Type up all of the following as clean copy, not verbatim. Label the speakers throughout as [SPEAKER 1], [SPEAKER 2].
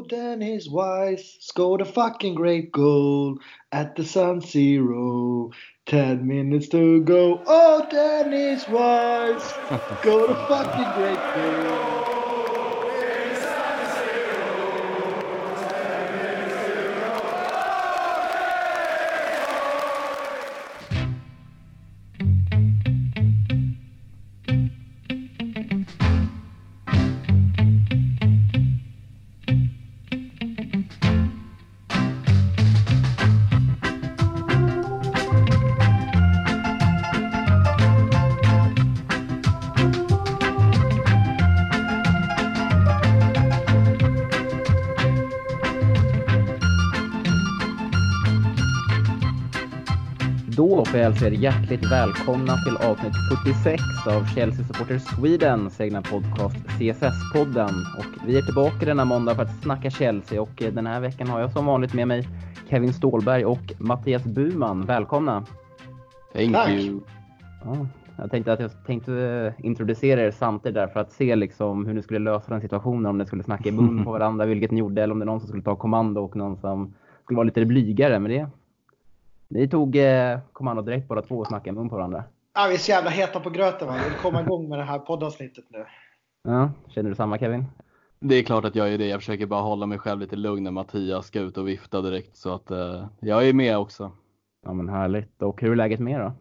[SPEAKER 1] Dennis Wise scored a fucking great goal at the San Siro. 10 minutes to go. Oh, Dennis Wise scored a fucking great goal.
[SPEAKER 2] Då får jag hälsa er hjärtligt välkomna till avsnitt 46 av Chelsea Supporters Swedens egna podcast CSS-podden. Och vi är tillbaka denna måndag för att snacka Chelsea, och den här veckan har jag som vanligt med mig Kevin Ståhlberg och Mattias Buman. Välkomna!
[SPEAKER 3] Thank you!
[SPEAKER 2] Ja, jag tänkte introducera er samtidigt där för att se liksom hur ni skulle lösa den situationen, om ni skulle snacka i mun på varandra, vilket ni gjorde, eller om det är någon som skulle ta kommando och någon som skulle vara lite blygare med det. Ni tog kommando direkt båda två och snackade mun på varandra.
[SPEAKER 1] Ja, vi är så jävla heta på gröten, va? Vi vill komma igång med det här poddavsnittet nu.
[SPEAKER 2] Ja, känner du samma, Kevin?
[SPEAKER 3] Det är klart att jag är det. Jag försöker bara hålla mig själv lite lugn när Mattias ska ut och vifta direkt. Så att jag är med också.
[SPEAKER 2] Ja, men härligt. Och hur är läget med då?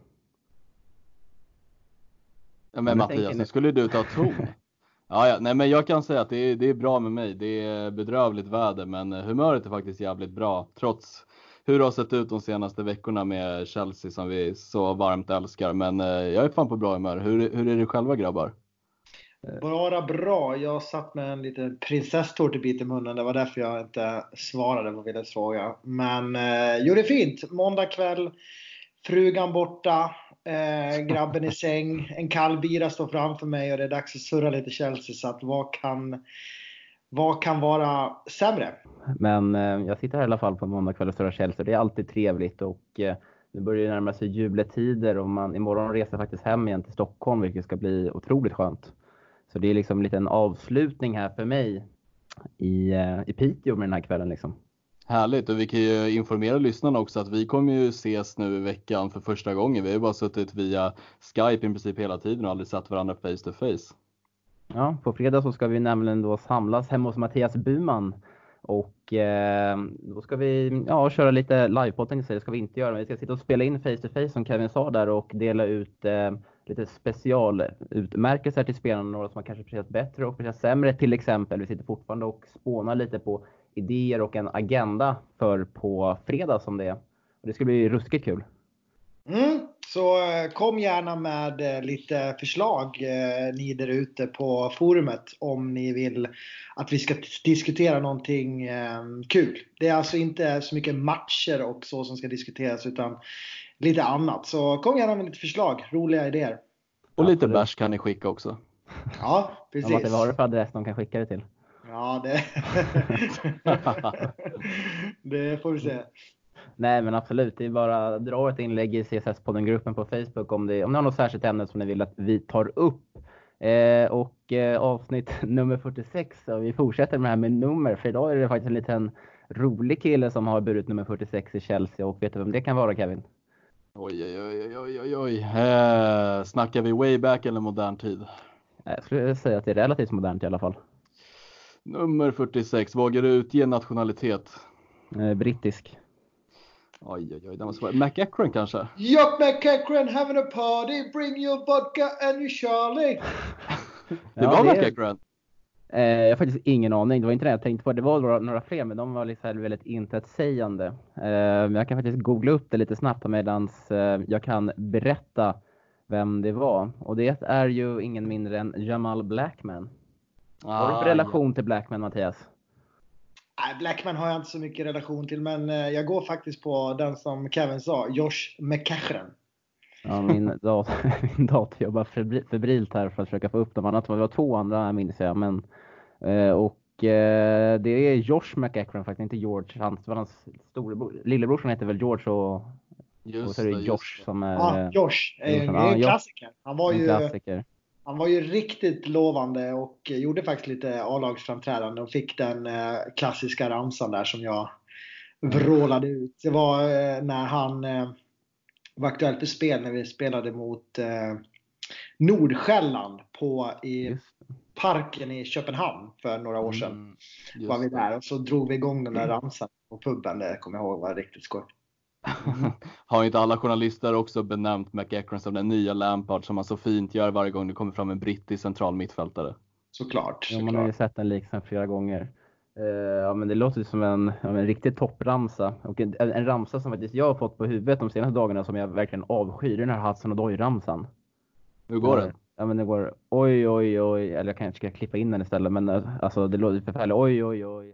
[SPEAKER 3] Ja, men Mattias, nu skulle du ta ton. Ja, nej, men jag kan säga att det är bra med mig. Det är bedrövligt väder, men humöret är faktiskt jävligt bra. Trots hur det har sett ut de senaste veckorna med Chelsea som vi så varmt älskar. Men jag är fan på bra humör. Hur är det själva, grabbar?
[SPEAKER 1] Bara bra. Jag satt med en liten prinsesstårtebit i munnen. Det var därför jag inte svarade på Willes fråga. Men jo, det är fint. Måndag kväll. Frugan borta. Grabben i säng. En kall bira står framför mig. Och det är dags att surra lite Chelsea. Så att vad kan vara sämre?
[SPEAKER 2] Men jag sitter här i alla fall på måndag kväll och surrar Chelsea. Det är alltid trevligt, och nu börjar det närma sig juletider. Och imorgon reser faktiskt hem igen till Stockholm, vilket ska bli otroligt skönt. Så det är liksom lite en avslutning här för mig i Piteå med den här kvällen liksom.
[SPEAKER 3] Härligt, och vi kan ju informera lyssnarna också att vi kommer ju ses nu i veckan för första gången. Vi har ju bara suttit via Skype i princip hela tiden och aldrig sett varandra face to face.
[SPEAKER 2] Ja, på fredag så ska vi nämligen då samlas hemma hos Mattias Buman. Och då ska vi köra lite livepodding, så det ska vi inte göra. Men vi ska sitta och spela in face to face som Kevin sa där, och dela ut lite specialutmärkelser till spelarna. Några som har kanske presterat bättre och presterat sämre till exempel. Vi sitter fortfarande och spånar lite på idéer och en agenda för på fredag som det är. Och det ska bli ruskigt kul.
[SPEAKER 1] Så kom gärna med lite förslag ni där ute på forumet om ni vill att vi ska diskutera någonting kul. Det är alltså inte så mycket matcher och så som ska diskuteras, utan lite annat. Så kom gärna med lite förslag, roliga idéer.
[SPEAKER 3] Och lite bärs kan ni skicka också.
[SPEAKER 1] Ja, precis.
[SPEAKER 2] Ja, vad har du för adress de kan skicka det till?
[SPEAKER 1] Ja, det får vi se. Nej,
[SPEAKER 2] men absolut, det är bara att dra ett inlägg i CSS-podden-gruppen på Facebook om ni har något särskilt ämne som ni vill att vi tar upp. Avsnitt nummer 46, och vi fortsätter med det här med nummer, för idag är det faktiskt en liten rolig kille som har burit nummer 46 i Chelsea, och vet du vem det kan vara, Kevin?
[SPEAKER 3] Oj. Snackar vi way back eller modern tid?
[SPEAKER 2] Jag skulle säga att det är relativt modernt i alla fall.
[SPEAKER 3] Nummer 46, vågar du utge nationalitet?
[SPEAKER 2] Brittisk.
[SPEAKER 3] Oj, det var svårt. McEachran kanske?
[SPEAKER 1] Yup, McEachran having a party, bring your vodka and your Charlie.
[SPEAKER 3] Det var McEachran.
[SPEAKER 2] Jag har faktiskt ingen aning. Det var inte det jag tänkte på. Det var några fler, men de var liksom väldigt intetsägande. Men jag kan faktiskt googla upp det lite snabbt medan jag kan berätta vem det var. Och det är ju ingen mindre än Jamal Blackman. Har du för relation till Blackman, Mattias?
[SPEAKER 1] Nej, Blackman har jag inte så mycket relation till, men jag går faktiskt på den som Kevin sa, Josh McEachran.
[SPEAKER 2] Ja, min dator jobbar febrilt här för att försöka få upp dem. Annat var det 2 andra, minns jag. Men, det är Josh McEachran faktiskt, inte George. Hans lillebrorsan heter väl George, och så är det Josh som är...
[SPEAKER 1] Ja, Josh är en klassiker. Han var ju...
[SPEAKER 2] klassiker.
[SPEAKER 1] Han var ju riktigt lovande och gjorde faktiskt lite A-lagsframträdande och fick den klassiska ramsan där som jag vrålade ut. Det var när han var aktuellt för spel när vi spelade mot Nordsjälland i parken i Köpenhamn för några år sedan. Var vi där och så drog vi igång den där ramsan på puben. Det kommer jag ihåg var riktigt skoj.
[SPEAKER 3] Har inte alla journalister också benämnt McEachran som den nya Lampard som man så fint gör varje gång det kommer fram en brittisk central mittfältare?
[SPEAKER 1] Såklart.
[SPEAKER 2] Ja, man har ju sett den liksom flera gånger. Ja, men det låter som en riktig toppramsa. Och en ramsa som faktiskt jag har fått på huvudet de senaste dagarna som jag verkligen avskyr. Den här Hudson Odoi-ramsan.
[SPEAKER 3] Hur går den?
[SPEAKER 2] Ja, men det går oj, oj, oj. Eller jag kanske ska klippa in den istället. Men alltså det låter förfärligt. Oj, oj, oj.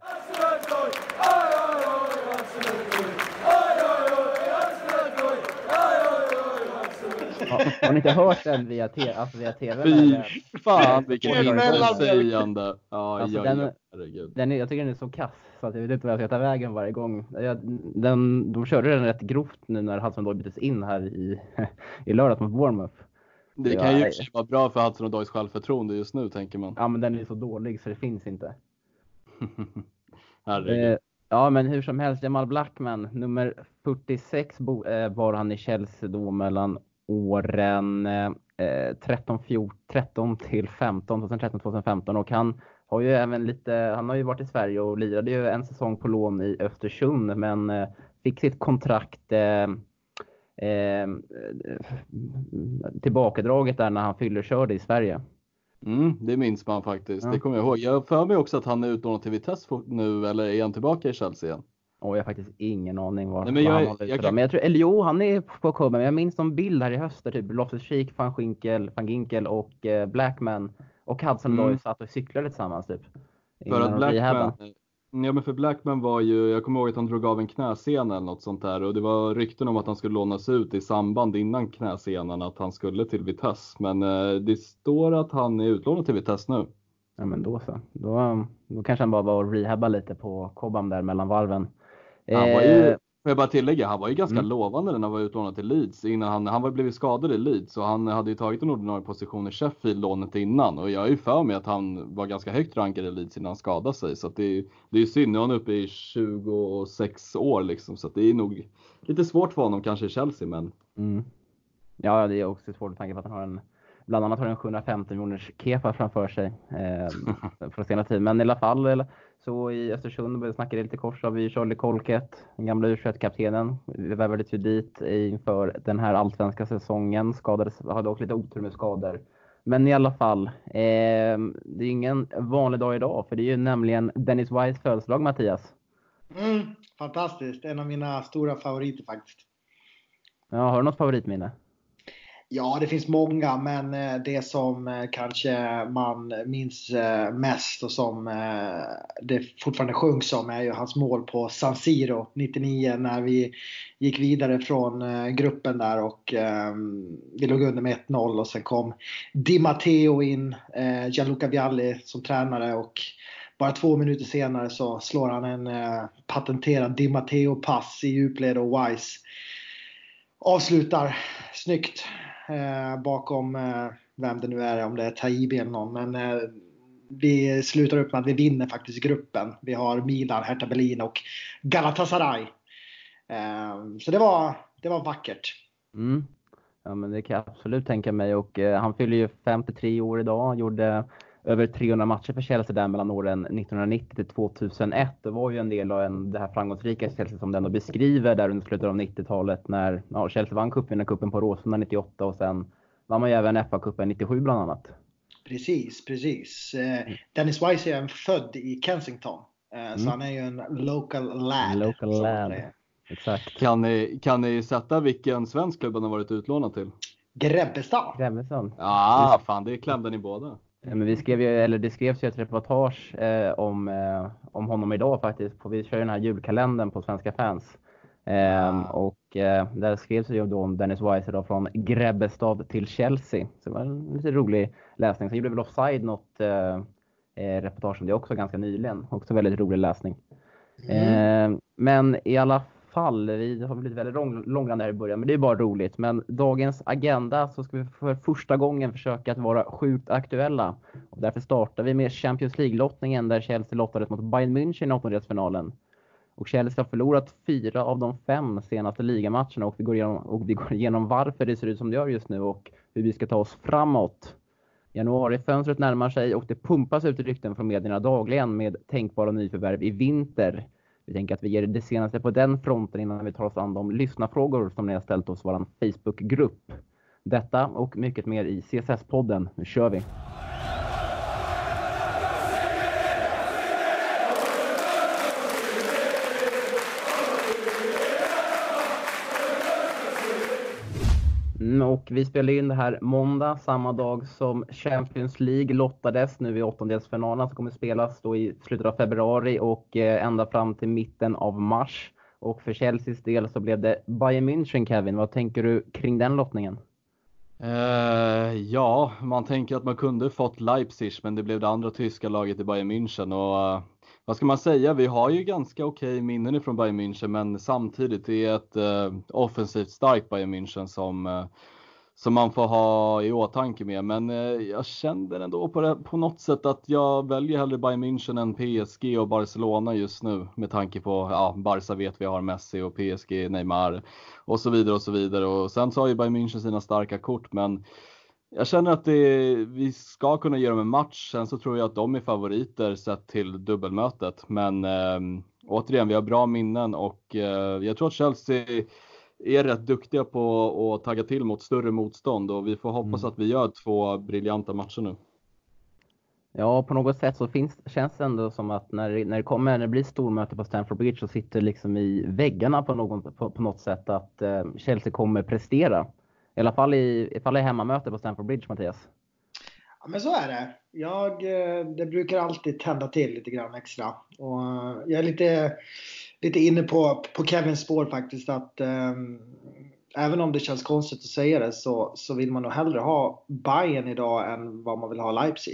[SPEAKER 2] Har ni inte hört den via tv?
[SPEAKER 3] Fy fan, vilket sägande. Ja,
[SPEAKER 2] alltså, jag tycker den är så kass så att jag vet inte vad jag ska ta vägen varje gång. De körde den rätt grovt nu när Hudson Odoi byttes in här i lördags mot Bournemouth.
[SPEAKER 3] Det kan ju vara bra för Hudson Odois självförtroende just nu, tänker man.
[SPEAKER 2] Ja, men den är så dålig så det finns inte.
[SPEAKER 3] Herregud.
[SPEAKER 2] Ja, men hur som helst, Jamal Blackman, nummer 46 var han i Chelsea då mellan åren 13 till 15, 2013-2015 och han har ju han har ju varit i Sverige och lirade ju en säsong på lån i Östersund men fick sitt kontrakt tillbakadraget där när han körde i Sverige.
[SPEAKER 3] Det minns man faktiskt. Ja. Det kommer jag ihåg. Jag för mig också att han är utlånad till Vitesse nu, eller är han tillbaka i Chelsea igen?
[SPEAKER 2] Jag har faktiskt ingen aning var.
[SPEAKER 3] Men jag
[SPEAKER 2] men jag tror, eller jo, han är på kubben. Men jag minns någon bild här i höst typ Loftus-Cheek, Van Ginkel och Blackman och Hudson Odoi satt och cyklade tillsammans typ.
[SPEAKER 3] För att Blackman var ju, jag kommer ihåg att han drog av en knäsena eller något sånt där och det var rykten om att han skulle lånas ut i samband innan knäsenan att han skulle till Vitesse, men det står att han är utlånad till Vitesse nu.
[SPEAKER 2] Ja, men då så. Då kanske han bara var och rehabba lite på Cobham där mellan varven.
[SPEAKER 3] Han var ju, får jag bara tillägga, han var ju ganska lovande när han var utlånad till Leeds innan han var blivit skadad i Leeds så han hade ju tagit en ordinarie position i Sheffield-lånet innan och jag är ju för mig att han var ganska högt rankad i Leeds innan han skadade sig så att det är ju synd, nu är han uppe i 26 år liksom så att det är nog lite svårt för honom kanske i Chelsea men
[SPEAKER 2] Ja, det är också svårt att tänka på att han har bland annat har en 750 miljoners kepa framför sig för senare tid. Men i alla fall så i Östersund började snacka lite kors av vi Charlie Colkett, den gamla U21-kaptenen. Vi värvade ju dit inför den här allsvenska säsongen. Hade också lite otur med skador. Men i alla fall, det är ingen vanlig dag idag. För det är ju nämligen Dennis Wise födelsedag, Mattias.
[SPEAKER 1] Fantastiskt, en av mina stora favoriter faktiskt.
[SPEAKER 2] Ja, har du något favoritminne?
[SPEAKER 1] Ja, det finns många, men det som kanske man minns mest och som det fortfarande sjungs om är ju hans mål på San Siro 99 när vi gick vidare från gruppen där och vi låg under med 1-0 och sen kom Di Matteo in, Gianluca Vialli som tränare och bara 2 minuter senare så slår han en patenterad Di Matteo-pass i djupled och Wise avslutar snyggt bakom vem det nu är, om det är Taibi eller någon. Men vi slutar upp med att vi vinner faktiskt gruppen. Vi har Milan, Hertha Berlin och Galatasaray. Så det var vackert.
[SPEAKER 2] Ja, men det kan jag absolut tänka mig. Och han fyller ju 53 år idag. Gjorde över 300 matcher för Chelsea där mellan åren 1990 till 2001. Det var ju en del av det här framgångsrika Chelsea som den då beskriver där under slutet av 90-talet när Chelsea vann cupvinnarcupen på Råsunda 98 och sen vann man ju även FA-cupen 97 bland annat.
[SPEAKER 1] Precis. Dennis Wise är född i Kensington. Så han är ju en local lad.
[SPEAKER 2] Exakt.
[SPEAKER 3] Kan ni sätta vilken svensk klubb han har varit utlånad till?
[SPEAKER 1] Grebbestad.
[SPEAKER 3] Ja, fan det klämde ni båda.
[SPEAKER 2] Ja, men det skrevs ju ett reportage om honom idag faktiskt. Vi kör ju den här julkalendern på Svenska fans. Och där skrevs det ju då om Dennis Wise då, från Grebbestad till Chelsea. Så det var en lite rolig läsning. Sen gjorde väl Offside något reportage om det också ganska nyligen. Också väldigt rolig läsning. Men i alla fall. Vi har blivit väldigt långrandiga här i början, men det är bara roligt. Men dagens agenda så ska vi för första gången försöka att vara sjukt aktuella. Och därför startar vi med Champions League-lottningen där Chelsea lottades mot Bayern München i åttondelsfinalen. Och Chelsea har förlorat 4 av de 5 senaste ligamatcherna och vi går igenom varför det ser ut som det gör just nu och hur vi ska ta oss framåt. Januarifönstret närmar sig och det pumpas ut rykten från medierna dagligen med tänkbara nyförvärv i vinter. Vi tänker att vi ger det senaste på den fronten innan vi tar oss an de lyssnarfrågor som ni har ställt oss vår Facebookgrupp. Detta och mycket mer i CSS-podden. Nu kör vi! Och vi spelar in det här måndag, samma dag som Champions League lottades nu i åttondelsfinalen som kommer spelas då i slutet av februari och ända fram till mitten av mars. Och för Chelseas del så blev det Bayern München, Kevin. Vad tänker du kring den lottningen?
[SPEAKER 3] Ja, man tänker att man kunde fått Leipzig, men det blev det andra tyska laget i Bayern München. Och vad ska man säga, vi har ju ganska okej minnen ifrån Bayern München, men samtidigt är ett offensivt starkt Bayern München som man får ha i åtanke med. Men jag kände ändå på något sätt att jag väljer hellre Bayern München än PSG och Barcelona just nu. Med tanke på, Barca vet vi har Messi och PSG, Neymar och så vidare och så vidare. Och sen så har ju Bayern München sina starka kort, men jag känner att vi ska kunna ge dem en match. Sen så tror jag att de är favoriter sett till dubbelmötet. Men återigen, vi har bra minnen och jag tror att Chelsea är rätt duktiga på att tagga till mot större motstånd. Och vi får hoppas att vi gör 2 briljanta matcher nu.
[SPEAKER 2] Ja, på något sätt så känns det ändå som att när det blir stormöte på Stamford Bridge så sitter liksom i väggarna på något sätt att Chelsea kommer prestera. I alla fall i hemmamöte på Stamford Bridge, Mattias.
[SPEAKER 1] Ja, men så är det. Det brukar alltid tända till lite grann extra. Och jag är lite inne på Kevins spår faktiskt. Att även om det känns konstigt att säga det så vill man nog hellre ha Bayern idag än vad man vill ha Leipzig.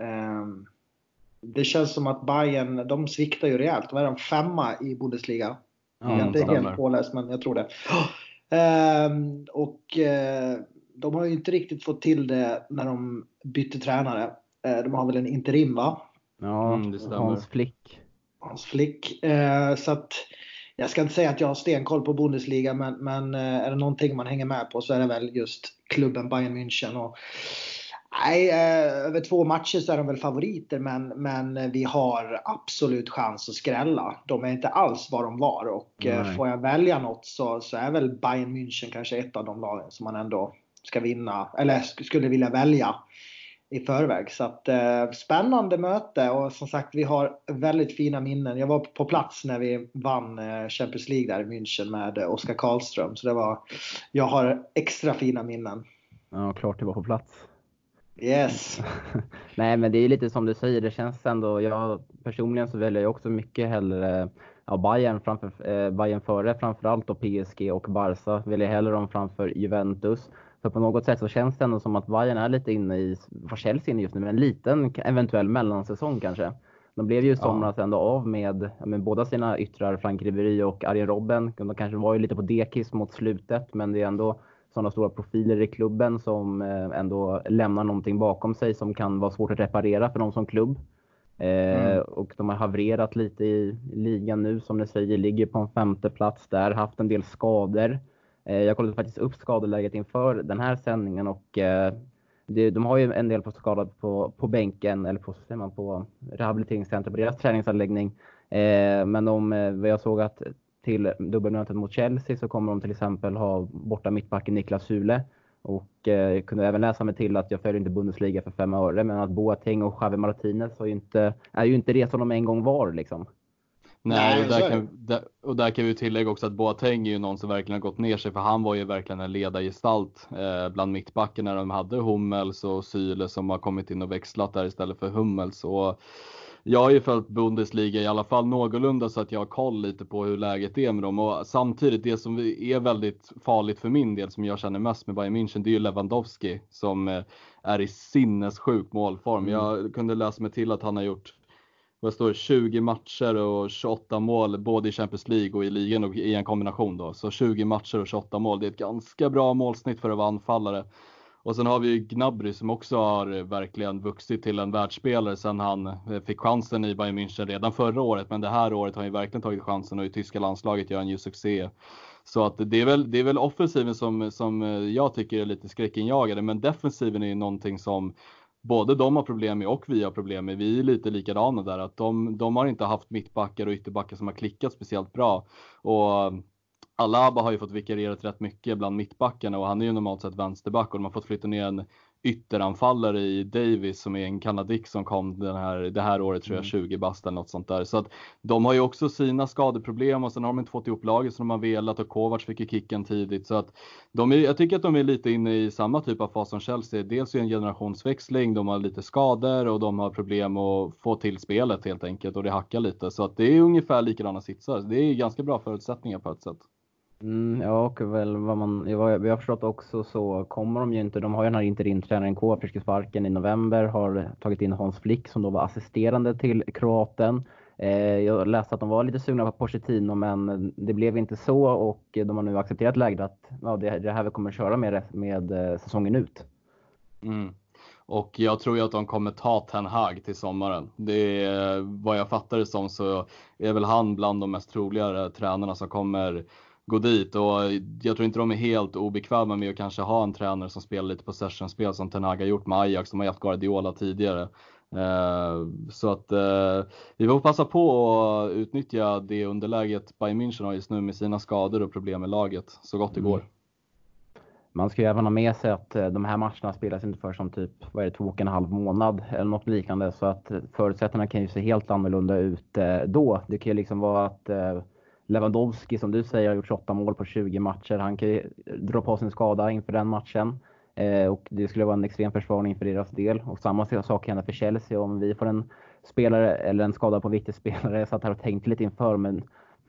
[SPEAKER 1] Det känns som att Bayern, de sviktar ju rejält. De är de 5:a i Bundesliga. Jag är inte helt påläst, men jag tror det. De har ju inte riktigt fått till det när de bytte tränare. De har väl en interim, va?
[SPEAKER 2] Ja, det stämmer. Hans Flick.
[SPEAKER 1] Så att jag ska inte säga att jag har stenkoll på Bundesliga, men är det någonting man hänger med på så är det väl just klubben Bayern München. Och över 2 matcher så är de väl favoriter, men vi har absolut chans att skrälla. De är inte alls vad de var och får jag välja något så är väl Bayern München kanske ett av de lagen som man ändå ska vinna eller skulle vilja välja i förväg. Så att spännande möte och som sagt vi har väldigt fina minnen. Jag var på plats när vi vann Champions League där i München med Oskar Karlström, så jag har extra fina minnen.
[SPEAKER 2] Ja, klart det var på plats.
[SPEAKER 1] Yes.
[SPEAKER 2] Nej, men det är lite som du säger, det känns ändå, jag personligen så väljer jag också mycket hellre Bayern före framförallt och PSG och Barca väljer hellre dem framför Juventus. För på något sätt så känns det ändå som att Bayern är lite inne i, vad Chelsea inne just nu, men en liten eventuell mellansäsong kanske. De blev ju somras ändå av med båda sina yttrar, Frank Ribéry och Arjen Robben. De kanske var ju lite på dekis mot slutet, men det är ändå sådana stora profiler i klubben som ändå lämnar någonting bakom sig som kan vara svårt att reparera för dem som klubb. Och de har havererat lite i ligan nu, som ni säger, ligger på en 5:e plats där, haft en del skador. Jag kollade faktiskt upp skadeläget inför den här sändningen och de har ju en del på skadad på bänken eller på rehabiliteringscenter på deras träningsanläggning. Men vad jag såg att till dubbelmötet mot Chelsea så kommer de till exempel ha borta mittbacken Niklas Süle. Och jag kunde även läsa mig till att jag följer inte Bundesliga för 5 öre, men att Boateng och Javi Martinez är ju inte det som de en gång var liksom.
[SPEAKER 3] Nej, och där kan vi tillägga också att Boateng är ju någon som verkligen har gått ner sig, för han var ju verkligen en ledargestalt bland mittbacken när de hade Hummels och Süle som har kommit in och växlat där istället för Hummels. Och jag har ju följt Bundesliga i alla fall någorlunda så att jag har koll lite på hur läget är med dem. Och samtidigt, det som är väldigt farligt för min del, som jag känner mest med Bayern München, det är ju Lewandowski som är i sinnessjuk målform. Jag kunde läsa mig till att han har gjort vad står det, 20 matcher och 28 mål både i Champions League och i ligan och i en kombination då. Så 20 matcher och 28 mål, det är ett ganska bra målsnitt för att vara anfallare. Och sen har vi Gnabry som också har verkligen vuxit till en världsspelare sen han fick chansen i Bayern München redan förra året. Men det här året har han ju verkligen tagit chansen och i tyska landslaget gör han ju succé. Så att det är väl offensiven som jag tycker är lite skräckinjagade. Men defensiven är ju någonting som både de har problem med och vi har problem med. Vi är lite likadana där, att de har inte haft mittbackar och ytterbackar som har klickat speciellt bra. Och Alaba har ju fått vikarierat rätt mycket bland mittbackarna och han är ju normalt sett vänsterback och de har fått flytta ner en ytteranfallare i Davis som är en kanadik som kom det här året tror jag 20 bast eller något sånt där. Så att de har ju också sina skadeproblem och sen har de inte fått ihop laget som de har velat och Kovacs fick ju kicken tidigt. Så att jag tycker att de är lite inne i samma typ av fas som Chelsea. Dels är en generationsväxling, de har lite skador och de har problem att få till spelet helt enkelt och det hackar lite. Så att det är ungefär likadana sitsar. Det är ganska bra förutsättningar på ett sätt.
[SPEAKER 2] Ja, och väl vi har förstått också så kommer de ju inte, de har ju den här interimtränaren Kovacs sparken i november, har tagit in Hans Flick som då var assisterande till kroaten. Jag läste att de var lite sugna på Pochettino men det blev inte så och de har nu accepterat läget att det här vi kommer att köra med säsongen ut.
[SPEAKER 3] Och jag tror ju att de kommer ta Ten Hag till sommaren. Det är, vad jag fattar det som så är väl han bland de mest troliga tränarna som kommer gå dit och jag tror inte de är helt obekväma med att kanske ha en tränare som spelar lite possession-spel som Ten Hag har gjort med Ajax som har haft Guardiola tidigare. Så att vi får passa på att utnyttja det underläget Bayern München har just nu med sina skador och problem med laget så gott det går.
[SPEAKER 2] Man ska ju även ha med sig att de här matcherna spelas inte för som typ 2,5 månad eller något liknande så att förutsättningarna kan ju se helt annorlunda ut då. Det kan ju liksom vara att Lewandowski som du säger har gjort 28 mål på 20 matcher. Han kan ju dra på sin skada inför den matchen. Och det skulle vara en extrem försvarning för deras del. Och samma sak händer för Chelsea. Om vi får en spelare eller en skada på en viktig spelare så att jag har tänkt lite inför. Men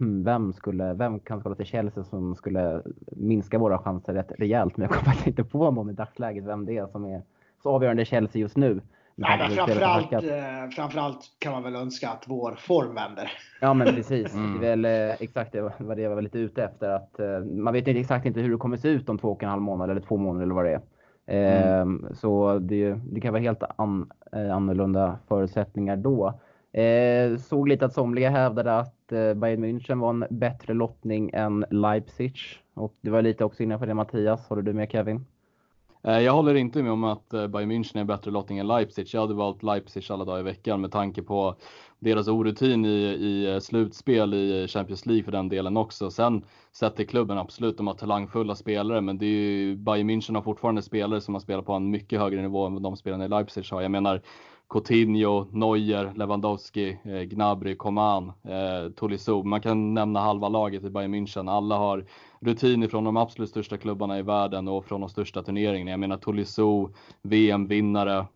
[SPEAKER 2] vem kan skada till Chelsea som skulle minska våra chanser rätt rejält. Men jag kommer faktiskt inte på någon i dagsläget vem det är som är så avgörande i Chelsea just nu.
[SPEAKER 1] Nej, men framförallt kan man väl önska att vår form vänder.
[SPEAKER 2] Ja, men precis. Det är väl exakt vad det var lite ute efter. Att, man vet inte exakt inte hur det kommer se ut om 2,5 månader eller 2 månader eller vad det är. Så det kan vara helt annorlunda förutsättningar då. Såg lite att somliga hävdade att Bayern München var en bättre lottning än Leipzig. Och det var lite också innan för det Mattias. Håller du med Kevin?
[SPEAKER 3] Jag håller inte med om att Bayern München är bättre lottning än Leipzig. Jag hade valt Leipzig alla dagar i veckan med tanke på deras orutin i slutspel i Champions League för den delen också. Sen sätter klubben absolut, de har talangfulla spelare, men det är ju, Bayern München har fortfarande spelare som har spelat på en mycket högre nivå än de spelarna i Leipzig har. Jag menar Coutinho, Neuer, Lewandowski, Gnabry, Coman, Tolisso. Man kan nämna halva laget i Bayern München. Alla har rutin från de absolut största klubbarna i världen och från de största turneringarna. Jag menar Tolisso, VM-vinnare.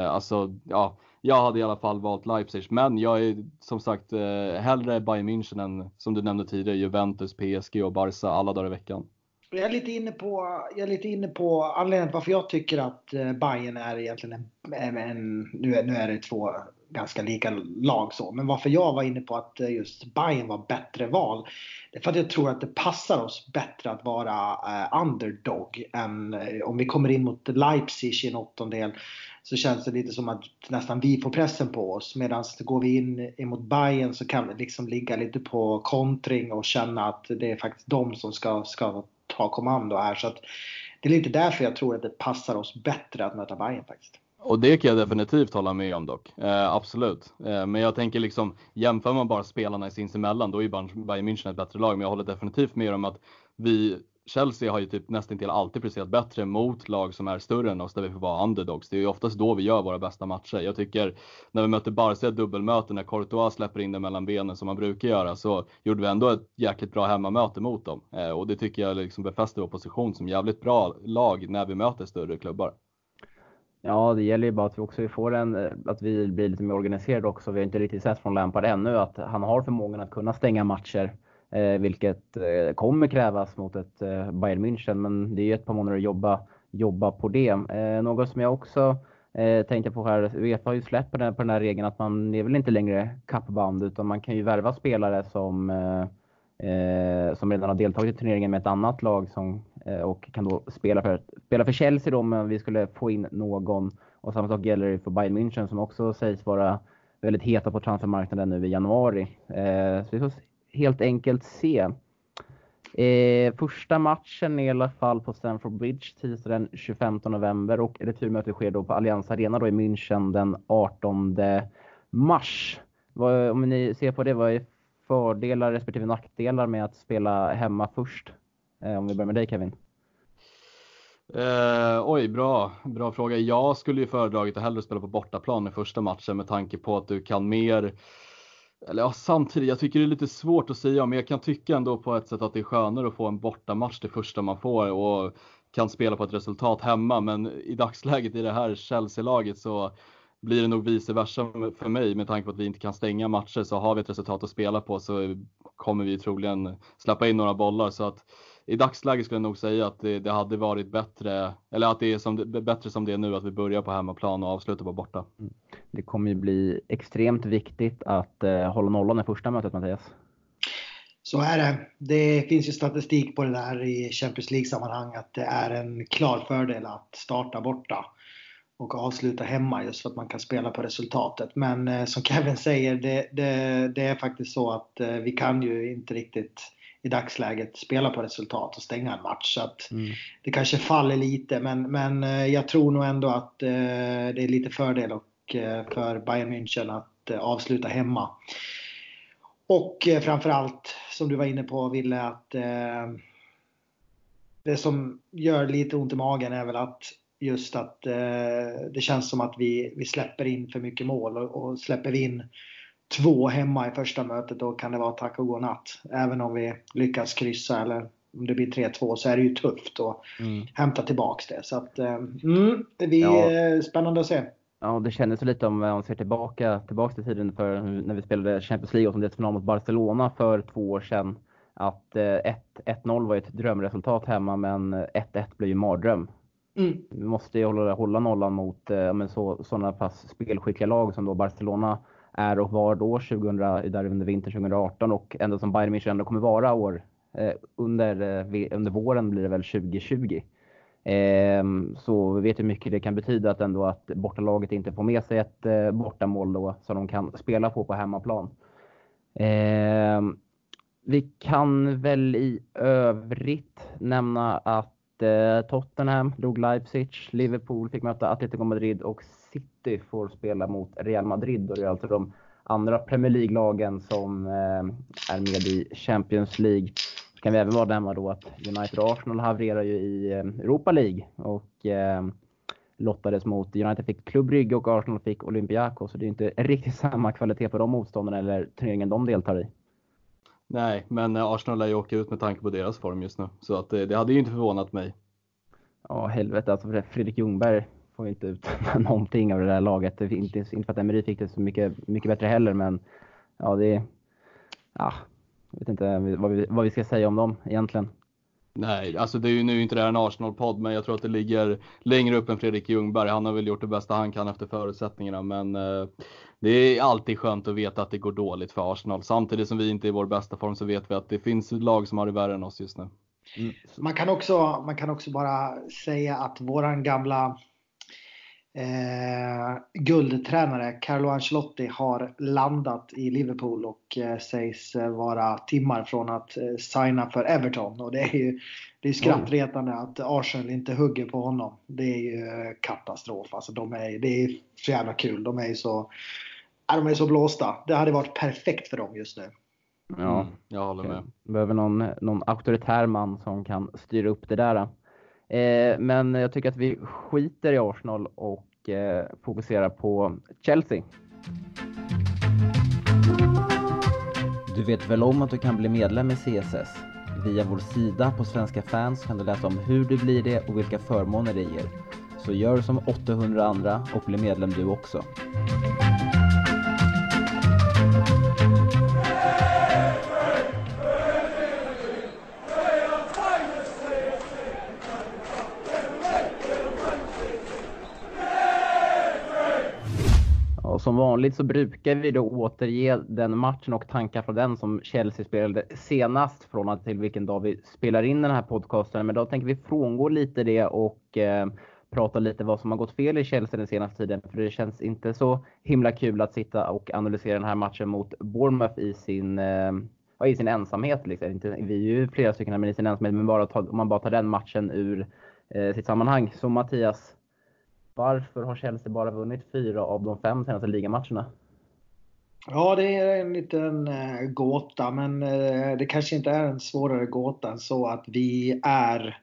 [SPEAKER 3] Jag hade i alla fall valt Leipzig. Men jag är som sagt hellre Bayern München än, som du nämnde tidigare, Juventus, PSG och Barca alla dagar i veckan.
[SPEAKER 1] Jag är lite inne på anledningen varför jag tycker att Bayern är egentligen nu är det två ganska lika lag så. Men varför jag var inne på att just Bayern var bättre val. Det är för att jag tror att det passar oss bättre att vara underdog än om vi kommer in mot Leipzig i en åttondel. Så känns det lite som att nästan vi får pressen på oss. Medan går vi in mot Bayern så kan vi liksom ligga lite på kontring och känna att det är faktiskt de som ska ta kommando här. Så att det är lite därför jag tror att det passar oss bättre att möta Bayern faktiskt.
[SPEAKER 3] Och det kan jag definitivt hålla med om dock. Absolut. Men jag tänker liksom, jämför man bara spelarna i sinsemellan, då är ju Bayern München ett bättre lag. Men jag håller definitivt med om att Chelsea har ju typ nästan till alltid presterat bättre mot lag som är större än oss där vi får vara underdogs. Det är ju oftast då vi gör våra bästa matcher. Jag tycker när vi möter Barca dubbelmöte, när Courtois släpper in det mellan benen som man brukar göra, så gjorde vi ändå ett jäkligt bra hemmamöte mot dem. Och det tycker jag liksom befäster vår position som jävligt bra lag när vi möter större klubbar.
[SPEAKER 2] Ja, det gäller ju bara att vi också får att vi blir lite mer organiserade också. Vi har inte riktigt sett från Lampard ännu att han har förmågan att kunna stänga matcher. Vilket kommer krävas mot ett Bayern München. Men det är ju ett par månader att jobba på det. Något som jag också Tänkte på här, UEFA har ju släppt på den här regeln att man är väl inte längre kappband, utan man kan ju värva spelare som redan har deltagit i turneringen med ett annat lag och kan då spela för Chelsea då, om vi skulle få in någon. Och samma sak gäller för Bayern München som också sägs vara väldigt heta på transfermarknaden nu i januari. Så vi får helt enkelt se. Första matchen är i alla fall på Stamford Bridge tisdag den 25 november och returmötet sker då på Allianz Arena då i München den 18 mars. Om ni ser på det, vad är fördelar respektive nackdelar med att spela hemma först? Om vi börjar med dig, Kevin.
[SPEAKER 3] Bra fråga. Jag skulle ju föredragit att hellre spela på bortaplan i första matchen med tanke på att du kan mer. Eller ja, samtidigt, jag tycker det är lite svårt att säga, men jag kan tycka ändå på ett sätt att det är skönare att få en bortamatch det första man får och kan spela på ett resultat hemma. Men i dagsläget i det här Chelsea-laget så blir det nog vice versa för mig, med tanke på att vi inte kan stänga matcher. Så har vi ett resultat att spela på så kommer vi troligen släppa in några bollar. Så att i dagsläget skulle jag nog säga att det hade varit bättre, eller att det är bättre som det är nu, att vi börjar på hemmaplan och avslutar på borta.
[SPEAKER 2] Det kommer ju bli extremt viktigt att hålla nollan i första mötet, Mattias.
[SPEAKER 1] Så är det. Det finns ju statistik på det där i Champions League-sammanhang att det är en klar fördel att starta borta och avsluta hemma, just för att man kan spela på resultatet. Men som Kevin säger, det är faktiskt så att vi kan ju inte riktigt i dagsläget spela på resultat och stänga en match. Så att det kanske faller lite, men jag tror nog ändå att det är lite fördel för Bayern München att avsluta hemma. Och framförallt, som du var inne på, Ville, att det som gör lite ont i magen är väl att just att det känns som att vi släpper in för mycket mål, och släpper vi in 2 hemma i första mötet, då kan det vara tack och godnatt. Även om vi lyckas kryssa eller om det blir 3-2, så är det ju tufft att hämta tillbaks det. Så att det är spännande att se.
[SPEAKER 2] Ja, det kändes lite, om man ser tillbaka till tiden för när vi spelade Champions League och som final mot Barcelona för 2 år sedan, att 1-0 var ett drömresultat hemma, men 1-1 blev ju mardröm. Vi måste ju hålla nollan mot sådana pass spelskickliga lag som då Barcelona är och var då där under vintern 2018, och ändå som Bayern München ändå kommer vara under våren blir det väl 2020. Så vi vet hur mycket det kan betyda att ändå att bortalaget inte får med sig ett bortamål då, som de kan spela på hemmaplan. Vi kan väl i övrigt nämna att Tottenham drog Leipzig, Liverpool fick möta Atletico Madrid och City får spela mot Real Madrid. Och det är alltså de andra Premier League-lagen som är med i Champions League. Så kan vi även vara nämna då att United och Arsenal havererar ju i Europa League och lottades mot United fick Club Brygge och Arsenal fick Olympiakos. Så det är inte riktigt samma kvalitet på de motståndarna eller turneringen de deltar i.
[SPEAKER 3] Nej, men Arsenal lär ju åka ut med tanke på deras form just nu. Så att det hade ju inte förvånat mig.
[SPEAKER 2] Ja, helvete. Alltså Fredrik Ljungberg får inte ut någonting av det där laget. Inte för att Emery fick det så mycket bättre heller. Men ja, jag vet inte vad vi ska säga om dem egentligen.
[SPEAKER 3] Nej, alltså det är ju nu inte det här en Arsenal-podd, men jag tror att det ligger längre upp än Fredrik Ljungberg. Han har väl gjort det bästa han kan efter förutsättningarna, men det är alltid skönt att veta att det går dåligt för Arsenal. Samtidigt som vi inte är i vår bästa form så vet vi att det finns lag som har det värre än oss just nu.
[SPEAKER 1] Man kan också bara säga att våran gamla guldtränare Carlo Ancelotti har landat i Liverpool och sägs vara timmar från att signa för Everton, och det är skrattretande att Arsenal inte hugger på honom. Det är ju katastrof. Alltså det är så jävla kul. De är så blåsta. Det hade varit perfekt för dem just nu.
[SPEAKER 2] Ja,
[SPEAKER 3] jag håller med.
[SPEAKER 2] Behöver någon auktoritär man som kan styra upp det där. Men jag tycker att vi skiter i Arsenal och fokuserar på Chelsea. Du vet väl om att du kan bli medlem i CSS? Via vår sida på Svenska Fans kan du läsa om hur du blir det och vilka förmåner det ger. Så gör som 800 andra och bli medlem du också. som vanligt så brukar vi då återge den matchen och tankar från den som Chelsea spelade senast från till vilken dag vi spelar in den här podcasten. Men då tänker vi frångå lite det och prata lite vad som har gått fel i Chelsea den senaste tiden. För det känns inte så himla kul att sitta och analysera den här matchen mot Bournemouth i sin ensamhet. Liksom. Vi är ju flera stycken men i sin ensamhet. Men om man bara tar den matchen ur sitt sammanhang. Så Mattias, varför har Chelsea bara vunnit 4 av de 5 senaste ligamatcherna?
[SPEAKER 1] Ja, det är en liten gåta, men det kanske inte är en svårare gåta än så att vi är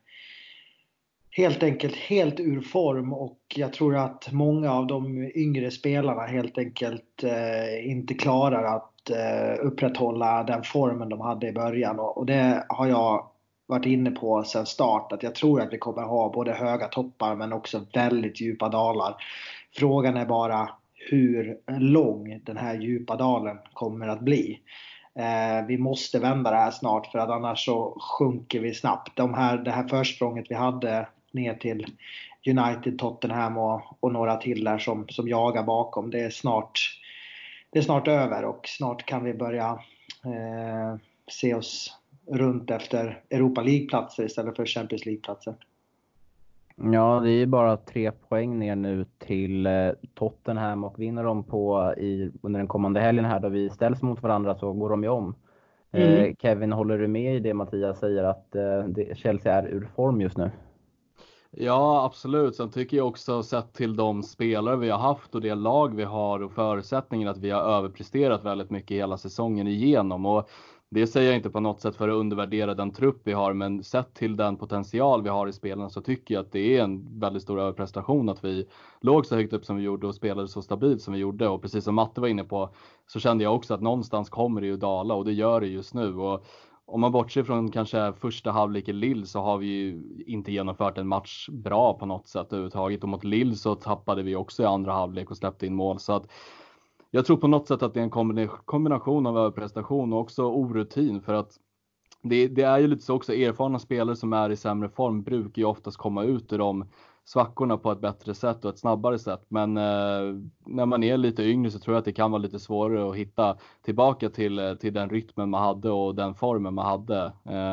[SPEAKER 1] helt enkelt helt ur form, och jag tror att många av de yngre spelarna helt enkelt inte klarar att upprätthålla den formen de hade i början, och det har jag varit inne på sedan start, att jag tror att vi kommer ha både höga toppar men också väldigt djupa dalar. Frågan är bara hur lång den här djupa dalen kommer att bli. Vi måste vända det här snart, för att annars så sjunker vi snabbt. Det här försprånget vi hade ner till United, Tottenham och några till där som jagar bakom, det är snart över, och snart kan vi börja se oss runt efter Europa League-platser istället för Champions League-platser.
[SPEAKER 2] Ja, det är bara 3 poäng ner nu till Tottenham, och vinner de under den kommande helgen här då vi ställs mot varandra så går de ju om. Kevin, håller du med i det Mattias säger att Chelsea är ur form just nu?
[SPEAKER 3] Ja, absolut. Sen tycker jag också, sett till de spelare vi har haft och det lag vi har och förutsättningen, att vi har överpresterat väldigt mycket hela säsongen igenom. Och det säger jag inte på något sätt för att undervärdera den trupp vi har, men sett till den potential vi har i spelarna så tycker jag att det är en väldigt stor överprestation att vi låg så högt upp som vi gjorde och spelade så stabilt som vi gjorde. Och precis som Matte var inne på så kände jag också att någonstans kommer det ju dala, och det gör det just nu. Och om man bortser från kanske första halvlek i Lille så har vi ju inte genomfört en match bra på något sätt överhuvudtaget. Och mot Lille så tappade vi också i andra halvlek och släppte in mål. Så att jag tror på något sätt att det är en kombination av överprestation och också orutin. För att det är ju lite så också, erfarna spelare som är i sämre form brukar ju oftast komma ut ur de svackorna på ett bättre sätt och ett snabbare sätt. Men när man är lite yngre så tror jag att det kan vara lite svårare att hitta tillbaka till den rytmen man hade och den formen man hade.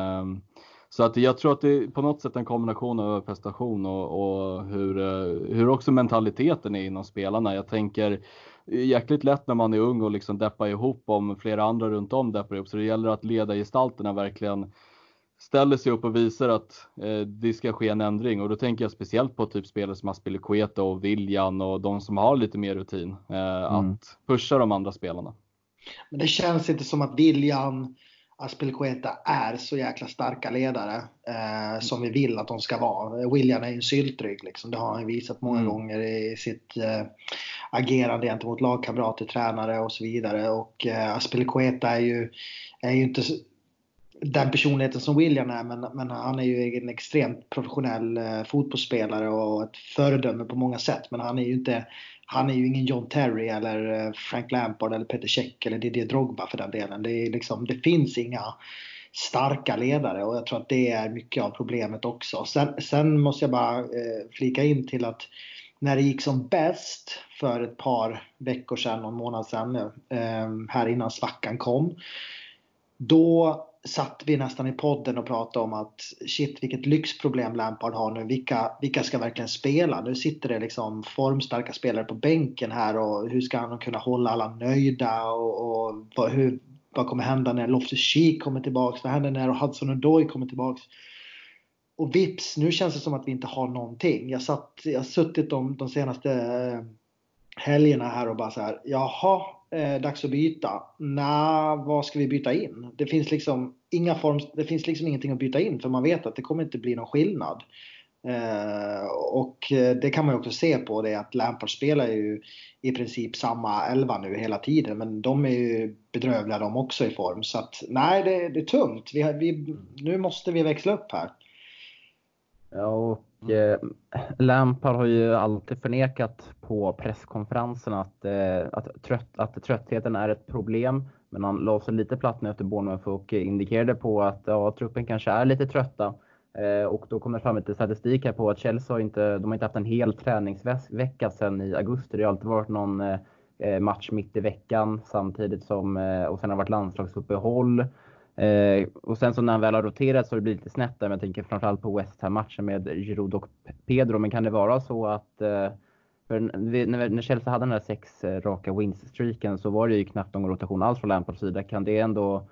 [SPEAKER 3] Så att jag tror att det är på något sätt en kombination av prestation och hur också mentaliteten är inom spelarna. Jag tänker jäkligt lätt när man är ung och liksom deppar ihop om flera andra runt om deppar ihop. Så det gäller att leda gestalterna verkligen ställer sig upp och visar att det ska ske en ändring. Och då tänker jag speciellt på typ spelare som Azpilicueta och Willian och de som har lite mer rutin. Att pusha de andra spelarna.
[SPEAKER 1] Men det känns inte som att Willian, Azpilicueta är så jäkla starka ledare som vi vill att de ska vara. Willian är ju en syltrygg liksom. Det har han visat många gånger i sitt agerande gentemot lagkamrater, tränare och så vidare. Och Azpilicueta är ju inte den personligheten som Willian är, men han är ju en extremt professionell fotbollsspelare och ett föredöme på många sätt. Men han är ju ingen John Terry eller Frank Lampard eller Peter Cech eller Didier Drogba för den delen. Det finns inga starka ledare, och jag tror att det är mycket av problemet också. Sen måste jag bara flika in till att när det gick som bäst för ett par veckor sedan, någon månad sedan, här innan svackan kom, då satt vi nästan i podden och pratade om att shit, vilket lyxproblem Lampard har nu. Vilka ska verkligen spela? Nu sitter det liksom formstarka spelare på bänken här, och hur ska han kunna hålla alla nöjda, och vad kommer hända när Loftus-Cheek kommer tillbaks? Vad händer när Hudson-Odoi kommer tillbaks? Och vips, nu känns det som att vi inte har någonting. Jag har suttit de senaste helgerna här och bara så här, jaha, dags att byta. Vad ska vi byta in? Det finns liksom ingenting att byta in, för man vet att det kommer inte bli någon skillnad. Och det kan man ju också se på det att Lampard spelar ju i princip samma 11 nu hela tiden, men de är ju bedrövliga de också i form. Så att nej, det är tungt. Nu måste vi växla upp här.
[SPEAKER 2] Ja, och Lampard har ju alltid förnekat på presskonferensen att tröttheten är ett problem. Men han la sig lite platt nu efter Bournemouth och indikerade på att truppen kanske är lite trötta. Och då kommer det fram lite statistik här på att Chelsea har inte haft en hel träningsvecka sedan i augusti. Det har alltid varit någon match mitt i veckan samtidigt som, och sen har det varit landslagsuppehåll. Och sen så när han väl har roterat så har det blivit lite snett där. Men jag tänker framförallt på West Ham-matchen med Giroud och Pedro. Men kan det vara så att för när Chelsea hade den här 6 raka wins-streaken så var det ju knappt någon rotation alls från Lampards sida. Kan det ändå,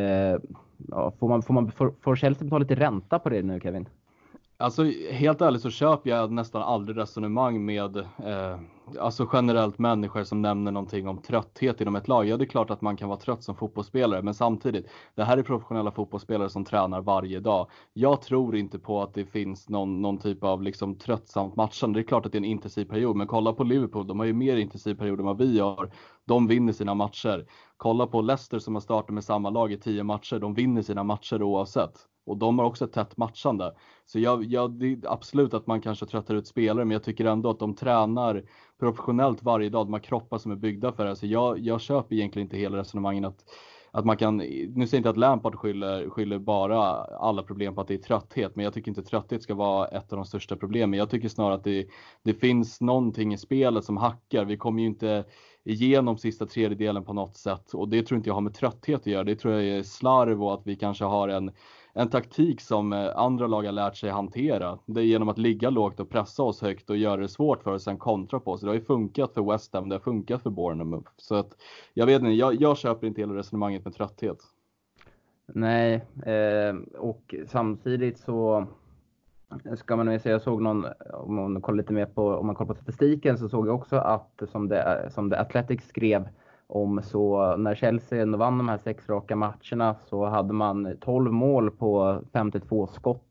[SPEAKER 2] får Chelsea betala lite ränta på det nu, Kevin?
[SPEAKER 3] Alltså helt ärligt så köper jag nästan aldrig resonemang med alltså generellt människor som nämner någonting om trötthet inom ett lag. Ja, det är klart att man kan vara trött som fotbollsspelare, men samtidigt, det här är professionella fotbollsspelare som tränar varje dag. Jag tror inte på att det finns någon typ av liksom tröttsamt matchande. Det är klart att det är en intensiv period, men kolla på Liverpool, de har ju mer intensiv period än vad vi har. De vinner sina matcher. Kolla på Leicester som har startat med samma lag i 10 matcher, de vinner sina matcher oavsett. Och de har också ett tätt matchande. Så det är absolut att man kanske tröttar ut spelare. Men jag tycker ändå att de tränar professionellt varje dag. De har kroppar som är byggda för det. Så jag köper egentligen inte hela resonemangen att man kan. Nu säger jag inte att Lampard skyller bara alla problem på att det är trötthet. Men jag tycker inte trötthet ska vara ett av de största problemen. Jag tycker snarare att det finns någonting i spelet som hackar. Vi kommer ju inte igenom sista tredjedelen på något sätt. Och det tror inte jag har med trötthet att göra. Det tror jag är slarv och att vi kanske har en taktik som andra lag har lärt sig hantera. Det är genom att ligga lågt och pressa oss högt och göra det svårt för oss sen kontra på oss. Det har ju funkat för West Ham, det har funkat för Bournemouth. Så att jag vet inte, jag köper inte hela resonemanget med trötthet.
[SPEAKER 2] Nej, och samtidigt så ska man väl säga, jag såg någon, om man kollar på statistiken så såg jag också att som The Athletic skrev om, så när Chelsea vann de här 6 raka matcherna så hade man 12 mål på 52 skott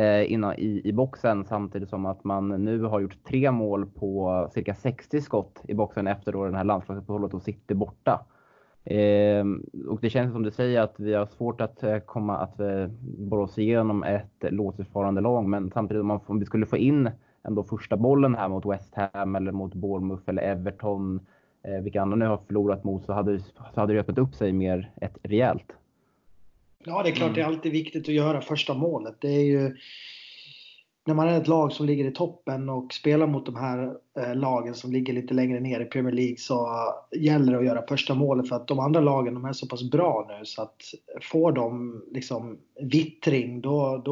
[SPEAKER 2] i boxen, samtidigt som att man nu har gjort 3 mål på cirka 60 skott i boxen efter då den här landslagsuppehållet och City borta. Och det känns som du säger att vi har svårt att borra oss igenom ett låsutfarande lag, men samtidigt om vi skulle få in ändå första bollen här mot West Ham eller mot Bournemouth eller Everton, vilka andra nu har förlorat mot, så hade det öppnat upp sig mer ett rejält.
[SPEAKER 1] Ja, det är klart det är alltid viktigt att göra första målet. Det är ju när man är ett lag som ligger i toppen och spelar mot de här lagen som ligger lite längre ner i Premier League, så gäller det att göra första målet, för att de andra lagen, de är så pass bra nu så att får de liksom vittring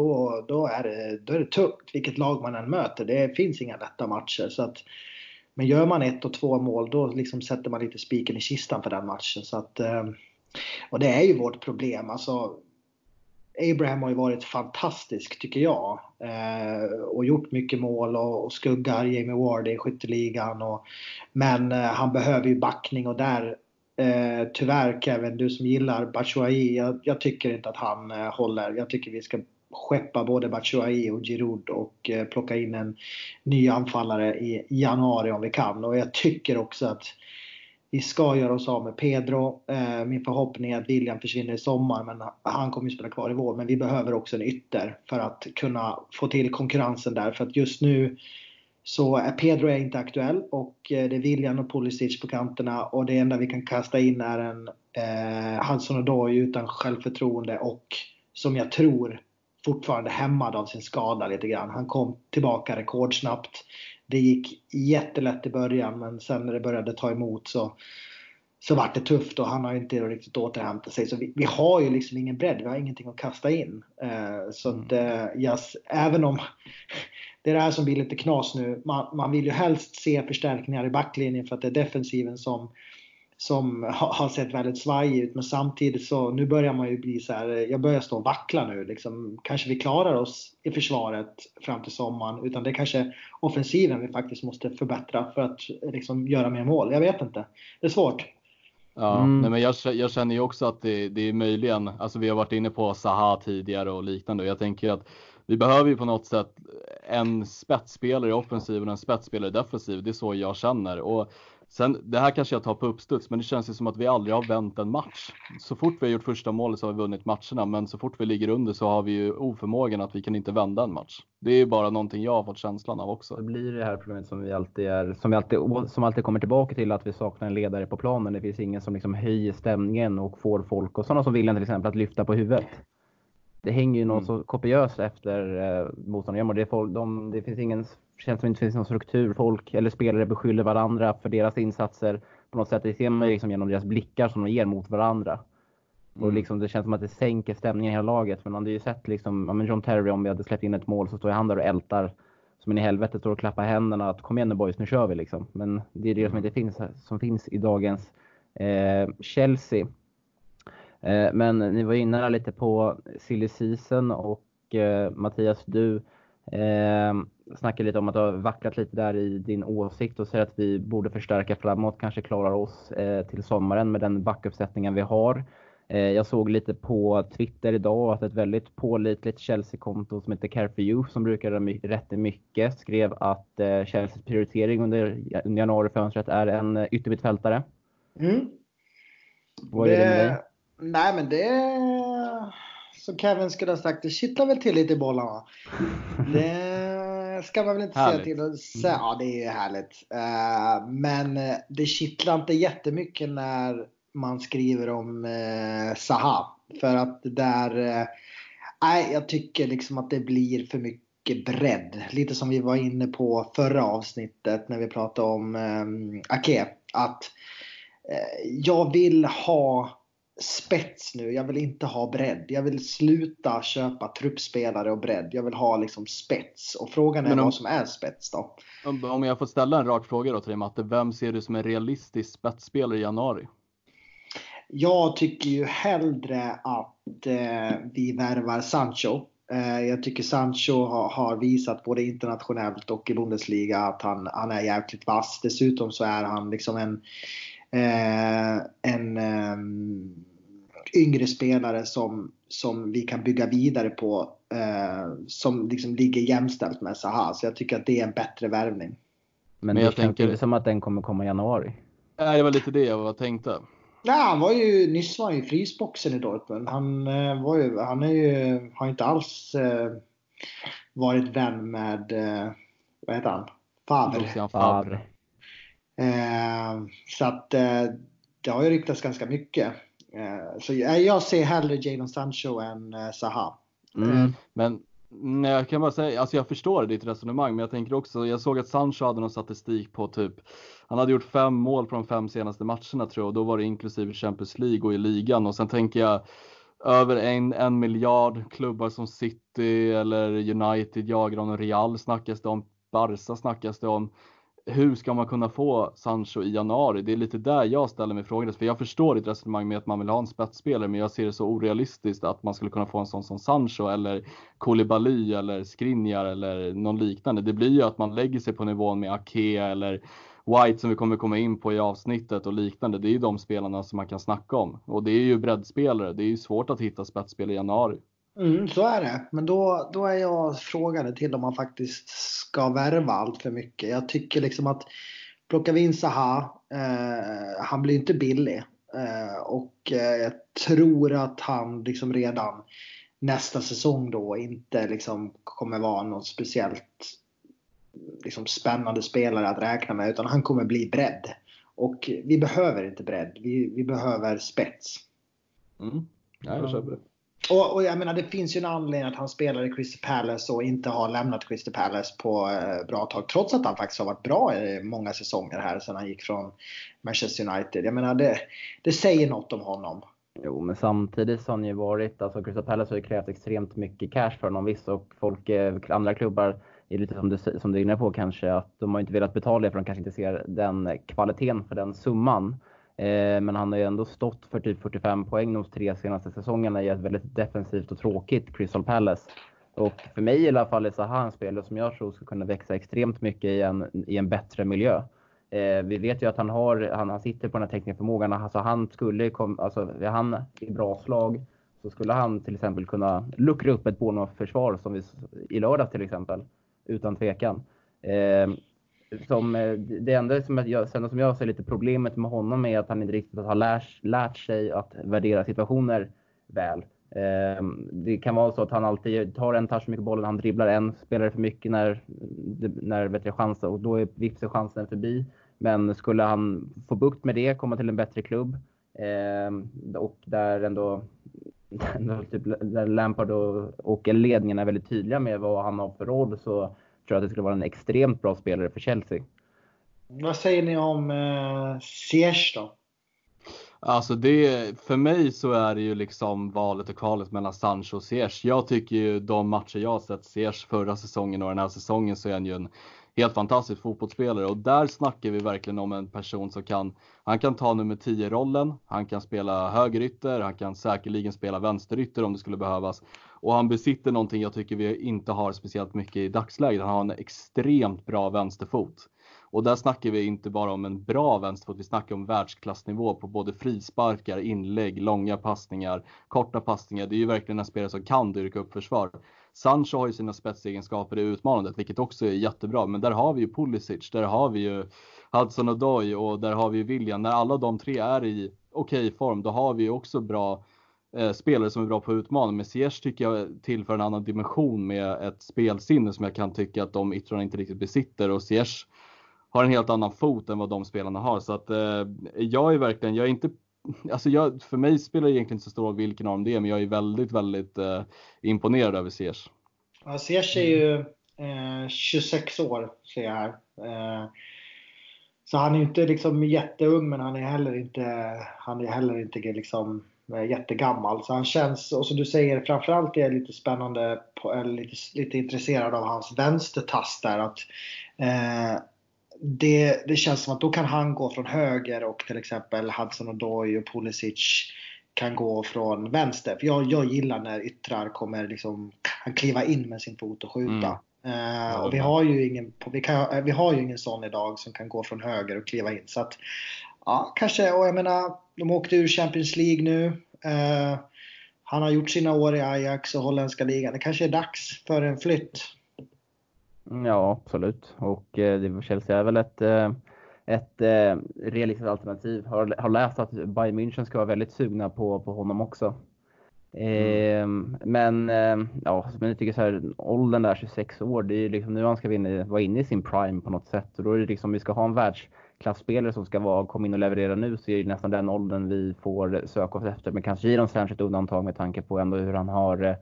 [SPEAKER 1] då är det tungt vilket lag man än möter. Det finns inga lätta matcher, så att, men gör man 1 och 2 mål då liksom sätter man lite spiken i kistan för den matchen. Så att, och det är ju vårt problem. Alltså, Abraham har ju varit fantastisk tycker jag. Och gjort mycket mål och skuggar Jamie Ward i skytteligan. Men han behöver ju backning, och där tyvärr Kevin, du som gillar Batshuayi, jag tycker inte att han håller. Jag tycker vi ska skeppa både Batshuayi och Giroud och plocka in en ny anfallare i januari om vi kan. Och jag tycker också att vi ska göra oss av med Pedro. Min förhoppning är att William försvinner i sommar, men han kommer ju spela kvar i vår. Men vi behöver också en ytter för att kunna få till konkurrensen där. För att just nu så är Pedro inte aktuell, och det är William och Pulisic på kanterna. Och det enda vi kan kasta in är en Hudson-Odoi utan självförtroende, och som jag tror fortfarande hämmad av sin skada lite grann. Han kom tillbaka rekordsnabbt. Det gick jättelätt i början, men sen när det började ta emot så var det tufft, och han har inte riktigt återhämtat sig. Så vi har ju liksom ingen bredd, vi har ingenting att kasta in. Så att, även om det är det här som blir lite knas nu, man vill ju helst se förstärkningar i backlinjen för att det är defensiven som har sett väldigt svajig ut, men samtidigt så nu börjar man ju bli så här, jag börjar stå och vackla nu liksom, kanske vi klarar oss i försvaret fram till sommaren, utan det är kanske offensiven vi faktiskt måste förbättra för att liksom göra mer mål. Jag vet inte, det är svårt.
[SPEAKER 3] Ja, nej, men jag känner ju också att det är möjligen, alltså vi har varit inne på Zaha tidigare och liknande, och jag tänker att vi behöver ju på något sätt en spetsspelare i offensiv och en spetsspelare i defensiv. Det är så jag känner. Och sen, det här kanske jag tar på uppstuds, men det känns ju som att vi aldrig har vänt en match. Så fort vi har gjort första målet så har vi vunnit matcherna, men så fort vi ligger under så har vi ju oförmågan att vi kan inte vända en match. Det är ju bara någonting jag har fått känslan av också.
[SPEAKER 2] Det blir det här problemet som alltid kommer tillbaka till, att vi saknar en ledare på planen. Det finns ingen som liksom höjer stämningen och får folk, och sådana som William till exempel, att lyfta på huvudet. Det hänger ju något så kopiöst efter motståndaren. Det finns ingen, känns som det inte finns någon struktur. Folk eller spelare beskyller varandra för deras insatser. på något sätt. Det ser man liksom genom deras blickar som de ger mot varandra. Och liksom det känns som att det sänker stämningen i hela laget. För man hade ju sett liksom, John Terry, om vi hade släppt in ett mål så står han där och ältar som in i helvetet, står och klappar händerna att kom igen nu boys, nu kör vi liksom. Men det är det som inte finns i dagens Chelsea. Men ni var inne lite på silly season och Mattias, du snackar lite om att du har vacklat lite där i din åsikt och säger att vi borde förstärka framåt, kanske klarar oss till sommaren med den backuppsättningen vi har. Jag såg lite på Twitter idag att ett väldigt pålitligt Chelsea-konto som heter Care for You, som brukar rätt mycket, skrev att Chelseas prioritering under januarifönstret är en yttermittfältare. Vad är det med dig?
[SPEAKER 1] Nej, men det som Kevin skulle ha sagt, det kittlar väl till lite i bollarna. Det ska man väl inte säga till och säga. Ja, det är ju härligt. Men det kittlar inte jättemycket när man skriver om Zaha. För att det där, jag tycker liksom att det blir för mycket bredd. Lite som vi var inne på förra avsnittet när vi pratade om Ake. Att jag vill ha spets nu. Jag vill inte ha bredd. Jag vill sluta köpa truppspelare och bredd. Jag vill ha liksom spets. Och frågan är vad som är spets då.
[SPEAKER 3] Om jag får ställa en rak fråga då till dig, Matte. Vem ser du som en realistisk spetsspelare i januari?
[SPEAKER 1] Jag tycker ju hellre att vi värvar Sancho. Jag tycker Sancho har visat både internationellt och i Bundesliga att han är jävligt vass. Dessutom så är han liksom en yngre spelare som vi kan bygga vidare på, som liksom ligger jämställt med Zaha. Så jag tycker att det är en bättre värvning.
[SPEAKER 2] Men det känns inte som att den kommer komma i januari.
[SPEAKER 3] Nej, det var lite det jag tänkte.
[SPEAKER 1] Nej, han var ju nyss i frysboxen i Dortmund. Han har inte alls varit vän med vad heter han?
[SPEAKER 2] Favre.
[SPEAKER 1] Så att det har ju ryktats ganska mycket. Så jag ser hellre Jadon Sancho än Zaha.
[SPEAKER 3] Men nej, jag kan bara säga, alltså jag förstår ditt resonemang, men jag tänker också, jag såg att Sancho hade någon statistik på typ, han hade gjort 5 mål på de 5 senaste matcherna tror jag, och då var det inklusive Champions League och i ligan. Och sen tänker jag, över en miljard klubbar som City eller United jagar om, och Real snackas det om, Barca snackas det om. Hur ska man kunna få Sancho i januari? Det är lite där jag ställer mig frågan. För jag förstår ditt resonemang med att man vill ha en spetsspelare, men jag ser det så orealistiskt att man skulle kunna få en sån som Sancho eller Koulibaly eller Skriniar eller någon liknande. Det blir ju att man lägger sig på nivån med Ake eller White som vi kommer komma in på i avsnittet och liknande. Det är ju de spelarna som man kan snacka om. Och det är ju breddspelare. Det är ju svårt att hitta spetsspelare i januari.
[SPEAKER 1] Så är det. Men då är jag frågande till om man faktiskt ska värva allt för mycket. Jag tycker liksom att plockar vi in Zaha, han blir inte billig. Och jag tror att han liksom redan nästa säsong då inte liksom kommer vara något speciellt liksom spännande spelare att räkna med. Utan han kommer bli bredd. Och vi behöver inte bredd. Vi behöver spets.
[SPEAKER 3] Ja, jag köper det.
[SPEAKER 1] Och jag menar, det finns ju en anledning att han spelar i Crystal Palace och inte har lämnat Crystal Palace på bra tag. Trots att han faktiskt har varit bra i många säsonger här sedan han gick från Manchester United. Jag menar, det säger något om honom.
[SPEAKER 2] Jo, men samtidigt så har han ju varit, alltså Crystal Palace har ju krävt extremt mycket cash för honom visst, och andra klubbar är lite som du är inne på kanske, att de har inte velat betala för de kanske inte ser den kvaliteten för den summan. Men han har ju ändå stått för typ 45 poäng de 3 senaste säsongerna i ett väldigt defensivt och tråkigt Crystal Palace. Och för mig i alla fall är Zaha en spelare som jag tror ska kunna växa extremt mycket i en bättre miljö. Vi vet ju att han sitter på den här tekniska förmågan. Alltså han är han i bra slag så skulle han till exempel kunna luckra upp ett Bournemouth-försvar som vi i lördag till exempel, utan tvekan. Det enda som jag ser lite problemet med honom är att han inte riktigt har lärt sig att värdera situationer väl. Det kan vara så att han alltid tar en touch för mycket bollen, han dribblar en spelare för mycket när bättre chanser, och då är vips chansen förbi. Men skulle han få bukt med det, komma till en bättre klubb och där ändå typ, där Lampard och ledningen är väldigt tydliga med vad han har för roll, så tror jag att det skulle vara en extremt bra spelare för Chelsea.
[SPEAKER 1] Vad säger ni om Ziyech då?
[SPEAKER 3] Alltså för mig så är det ju liksom valet och kvalet mellan Sancho och Ziyech. Jag tycker ju de matcher jag har sett Ziyech förra säsongen och den här säsongen, så är han ju en helt fantastisk fotbollsspelare. Och där snackar vi verkligen om en person som han kan ta nummer 10-rollen, han kan spela högerytter, han kan säkerligen spela vänsterytter om det skulle behövas. Och han besitter någonting jag tycker vi inte har speciellt mycket i dagsläget. Han har en extremt bra vänsterfot. Och där snackar vi inte bara om en bra vänsterfot, vi snackar om världsklassnivå på både frisparkar, inlägg, långa passningar, korta passningar. Det är ju verkligen en spelare som kan dyrka upp försvar. Sancho har ju sina spetsegenskaper i utmanandet, vilket också är jättebra. Men där har vi ju Pulisic, där har vi ju Hudson-Odoi och där har vi ju Willian. När alla de tre är i okej form, då har vi ju också bra spelare som är bra på att utmana. Men Ziyech tycker jag tillför en annan dimension med ett spelsinne som jag kan tycka att de yttrarna inte riktigt besitter. Och Ziyech har en helt annan fot än vad de spelarna har. Så att för mig spelar det egentligen inte så stor roll vilken av dem det är, men jag är väldigt, väldigt imponerad över Ziyech.
[SPEAKER 1] Ja, Ziyech är ju 26 år, ser jag här. Så han är ju inte liksom jätteung, men han är heller inte liksom jättegammal. Så han känns, och som du säger, framförallt är jag lite spännande eller lite intresserad av hans vänstertass där. Att det känns som att då kan han gå från höger och till exempel Hudson-Odoi och Pulisic kan gå från vänster. För jag gillar när yttrar kommer liksom, kan kliva in med sin fot och skjuta. Och vi har ju ingen sån idag som kan gå från höger och kliva in. Så att, ja, kanske, och jag menar, de åkte ur Champions League nu. Han har gjort sina år i Ajax och holländska ligan. Det kanske är dags för en flytt.
[SPEAKER 2] Ja, absolut. Och Chelsea är väl ett realistiskt alternativ. Har läst att Bayern München ska vara väldigt sugna på honom också. Men jag tycker så här, åldern där 26 år, det är liksom nu han ska vara inne i sin prime på något sätt. Och då är det liksom, vi ska ha en världsklasspelare som ska komma in och leverera nu, så är det nästan den åldern vi får söka oss efter. Men kanske Jadon Sancho ett undantag med tanke på ändå hur han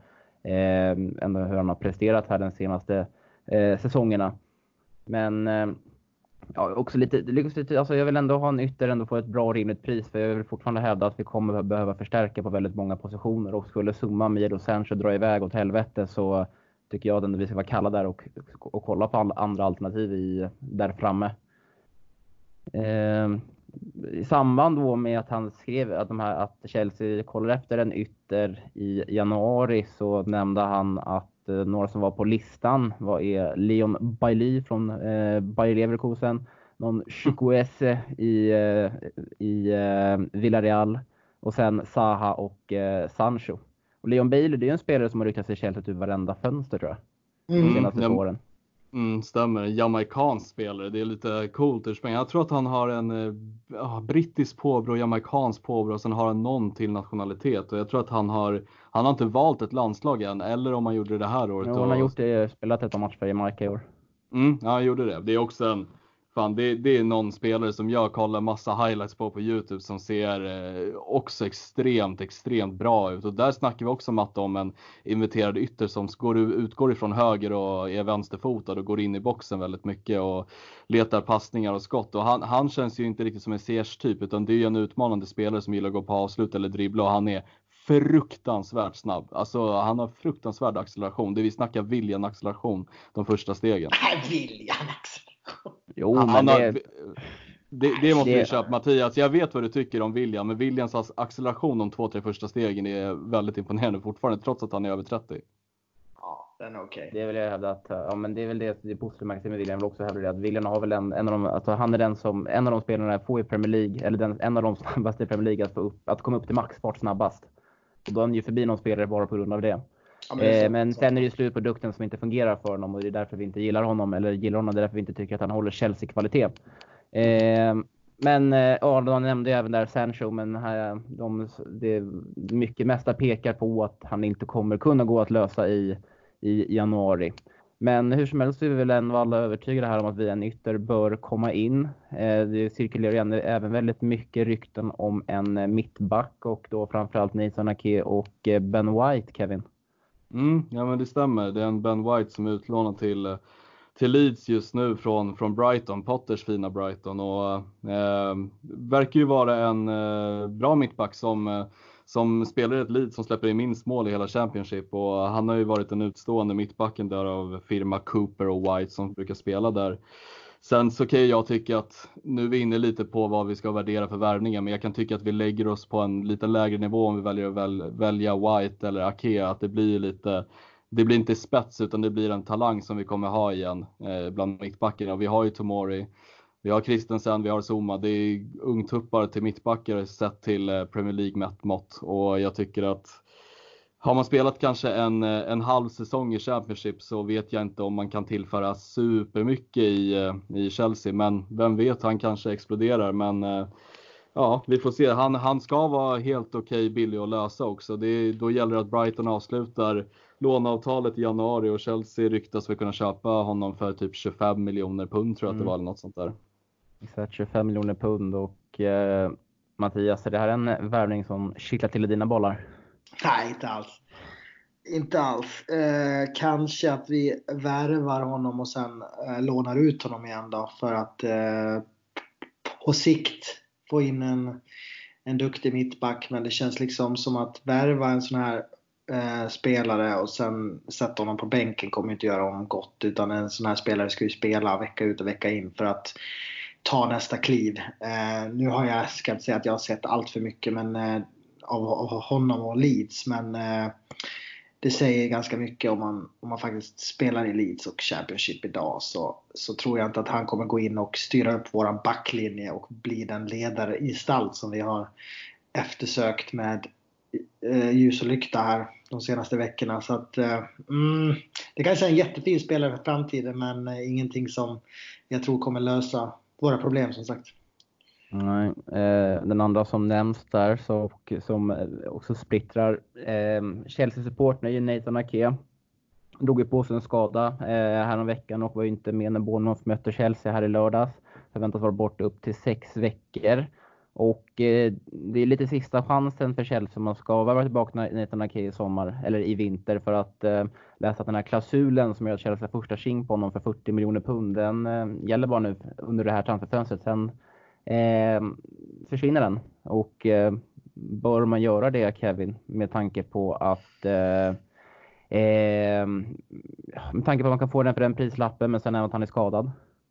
[SPEAKER 2] har presterat här den senaste säsongerna. Men också lite alltså jag vill ändå ha en ytter ändå på ett bra och rimligt pris, för jag vill fortfarande hävda att vi kommer behöva förstärka på väldigt många positioner, och skulle summa med Jadon Sancho dra iväg åt helvete, så tycker jag att vi ska vara kalla där och kolla på andra alternativ där framme. I samband då med att han skrev att Chelsea kollar efter en ytter i januari, så nämnde han att några som var på listan är Leon Bailly från Bayer Leverkusen, någon Chukwueze i Villarreal, och sen Zaha och Sancho. Och Leon Bailey, det är en spelare som har ryktats i Chelsea ur varenda fönster, tror jag, de senaste åren.
[SPEAKER 3] Stämmer, jamaikansk spelare. Det är lite coolt ursprung. Jag tror att han har en brittisk påbrå, jamaikansk påbrå, och sen har han någon till nationalitet. Och jag tror att han har inte valt ett landslag än, eller om han gjorde det här året.
[SPEAKER 2] Ja, han har spelat ett par matcher för Jamaica i år.
[SPEAKER 3] Ja, han gjorde det. Det är också det är någon spelare som jag kollar massa highlights på YouTube som ser också extremt bra ut. Och där snackar vi också om en inviterad ytter som utgår ifrån höger och är vänsterfotad och går in i boxen väldigt mycket och letar passningar och skott. Och han känns ju inte riktigt som en CS-typ, utan det är ju en utmanande spelare som gillar att gå på avslut eller dribbla, och han är fruktansvärt snabb. Alltså han har fruktansvärd acceleration. Det vi snackar Willian-acceleration de första stegen.
[SPEAKER 1] Willian-acceleration.
[SPEAKER 2] Jo, men
[SPEAKER 3] det måste vi köpa, Mattias. Jag vet vad du tycker om Willian, men Willians acceleration de 2-3 första stegen är väldigt imponerande fortfarande, trots att han är över 30.
[SPEAKER 1] Ja, den är okej.
[SPEAKER 2] Det vill jag hävda att, men det är väl det positiva med Willian. Jag vill också hävda det att Willian har väl en av de, alltså han är en av de spelarna får i Premier League, eller en av de snabbaste i Premier League att komma upp till maxfart snabbast. Och då är han ju förbi någon spelare bara på grund av det. Ja, men sen är det ju slutprodukten som inte fungerar för honom, och det är därför vi inte gillar honom, det är därför vi inte tycker att han håller Chelsea-kvalitet. Men de nämnde ju även där Sancho, men mycket mesta pekar på att han inte kommer kunna gå att lösa i januari. Men hur som helst är vi väl ändå alla övertygade här om att vi en ytter bör komma in. Det cirkulerar även väldigt mycket rykten om en mittback, och då framförallt Nathan Ake och Ben White, Kevin.
[SPEAKER 3] Ja, men det stämmer. Det är en Ben White som är utlånad till Leeds just nu från Brighton, Potters fina Brighton, och verkar ju vara en bra mittback som spelar i ett Leeds som släpper in minst mål i hela Championship, och han har ju varit en utstående mittbacken där av firma Cooper och White som brukar spela där. Sen så kan jag tycka att nu är vi inne lite på vad vi ska värdera för värvningar, men jag kan tycka att vi lägger oss på en lite lägre nivå om vi väljer att välja White eller Ake, att det blir inte spets utan det blir en talang som vi kommer ha igen bland mittbackarna. Och vi har ju Tomori, vi har Christensen, vi har Zuma. Det är ungtuppar till mittbackar sett till Premier League mått. Och jag tycker att har man spelat kanske en halv säsong i Championship så vet jag inte om man kan tillföra supermycket i Chelsea. Men vem vet, han kanske exploderar. Men ja, vi får se. Han ska vara helt okej, billig att lösa också. Då gäller det att Brighton avslutar låneavtalet i januari och Chelsea ryktas för att kunna köpa honom för typ 25 miljoner pund tror jag att det var, eller något sånt där.
[SPEAKER 2] Exakt, 25 miljoner pund. Och Mattias, är det här en värvning som kittlar till i dina bollar?
[SPEAKER 1] Nej, inte alls. Inte alls. Kanske att vi värvar honom och sen lånar ut honom igen då, för att på sikt få in en duktig mittback. Men det känns liksom som att värva en sån här spelare och sen sätta honom på bänken kommer inte göra honom gott, utan en sån här spelare ska ju spela vecka ut och vecka in för att ta nästa kliv. Nu har jag, ska inte säga att jag har sett allt för mycket av honom och Leeds, men det säger ganska mycket om man faktiskt spelar i Leeds och Championship idag, så tror jag inte att han kommer gå in och styra upp våran backlinje och bli den ledare i stall som vi har eftersökt med ljus och lykta här de senaste veckorna. Så att det kanske är en jättefin spelare för framtiden, men ingenting som jag tror kommer lösa våra problem, som sagt.
[SPEAKER 2] Nej, den andra som nämns där som också splittrar Chelsea-supporten är ju Nathan Ake. Drog ju på sig en skada här om veckan och var ju inte med när Bournemouth mötte Chelsea här i lördags. Förväntas vara bort upp till 6 veckor. Och det är lite sista chansen för Chelsea om man ska vara tillbaka Nathan Ake i sommar eller i vinter, för att läsa att den här klausulen som gör att Chelsea första king på honom för 40 miljoner pund, den gäller bara nu under det här transferfönstret. Sen försvinner den, och bör man göra det, Kevin, med tanke på att man kan få den för den prislappen, men sen är att han är skadad?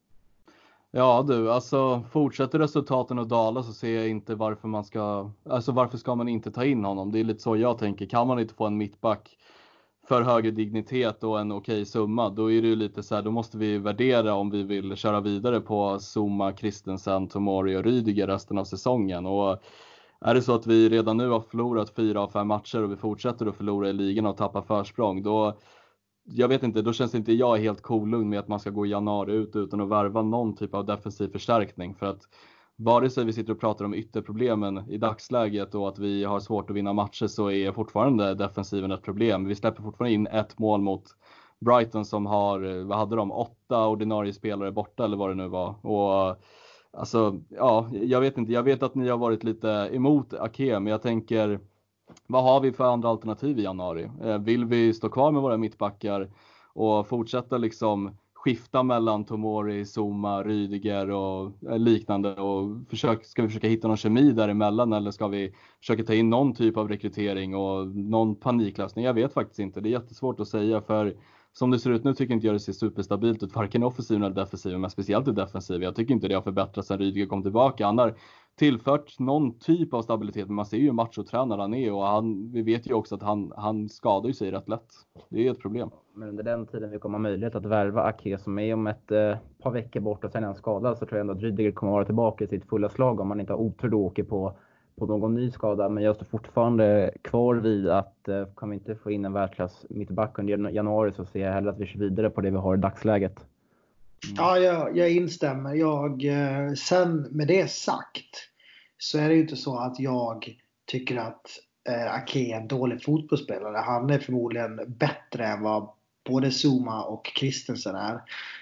[SPEAKER 3] Ja du, alltså fortsätter resultaten att dala så ser jag inte varför ska man inte ta in honom. Det är lite så jag tänker. Kan man inte få en mittback för högre dignitet och en okej summa, då är det ju lite så här, då måste vi värdera om vi vill köra vidare på Zuma, Christensen, Tomori och Rydiger resten av säsongen. Och är det så att vi redan nu har förlorat 4 av 5 matcher och vi fortsätter att förlora i ligan och tappa försprång, då jag vet inte, då känns inte jag helt kolugn med att man ska gå i januari utan att värva någon typ av defensiv förstärkning. För att vare sig vi sitter och pratar om ytterproblemen i dagsläget och att vi har svårt att vinna matcher, så är fortfarande defensiven ett problem. Vi släpper fortfarande in 1 mål mot Brighton som har, vad hade de, 8 ordinarie spelare borta eller vad det nu var. Och alltså, ja, jag vet inte, jag vet att ni har varit lite emot Ake, men jag tänker, vad har vi för andra alternativ i januari? Vill vi stå kvar med våra mittbackar och fortsätta liksom skifta mellan Tomori, Zuma, Rydiger och liknande, och ska vi försöka hitta någon kemi däremellan, eller ska vi försöka ta in någon typ av rekrytering och någon paniklösning? Jag vet faktiskt inte, det är jättesvårt att säga, för som det ser ut nu tycker inte jag det ser superstabilt ut, varken offensiven eller defensiven, men speciellt i defensiven. Jag tycker inte det har förbättrats sedan Rydiger kom tillbaka. Han har tillfört någon typ av stabilitet, men man ser ju hur machotränare han är, och vi vet ju också att han skadar ju sig rätt lätt. Det är ett problem.
[SPEAKER 2] Men under den tiden vi kommer ha möjlighet att värva Ake, som är om ett par veckor bort och sen är han skadad, så tror jag ändå att Rydiger kommer att vara tillbaka i sitt fulla slag om man inte har otur då åker på någon ny skada. Men jag står fortfarande kvar vid att kan vi inte få in en världsklass mittback under januari, så ser jag hellre att vi kör vidare på det vi har i dagsläget.
[SPEAKER 1] Ja, jag instämmer. Sen med det sagt så är det ju inte så att jag tycker att Ake är en dålig fotbollsspelare. Han är förmodligen bättre än vad både Zuma och Christensen är.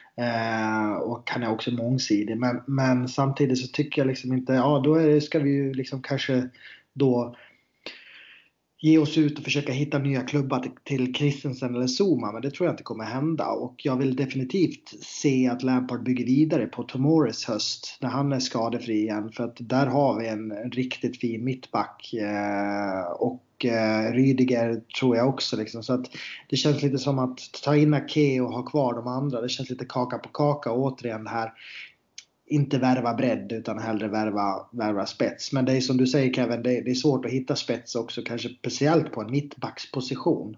[SPEAKER 1] Och han är också mångsidig. Men samtidigt så tycker jag liksom inte, ja då ska vi ju liksom kanske då ge oss ut och försöka hitta nya klubbar till Christensen eller Zuma, men det tror jag inte kommer hända. Och jag vill definitivt se att Lampard bygger vidare på Tomoris höst när han är skadefri igen, för att där har vi en riktigt fin mittback, och Rydiger tror jag också liksom. Så att det känns lite som att ta in Ake och ha kvar de andra. Det känns lite kaka på kaka, och återigen det här, inte värva bredd utan hellre värva spets. Men det är som du säger Kevin, det är svårt att hitta spets också, kanske speciellt på en mittbacksposition.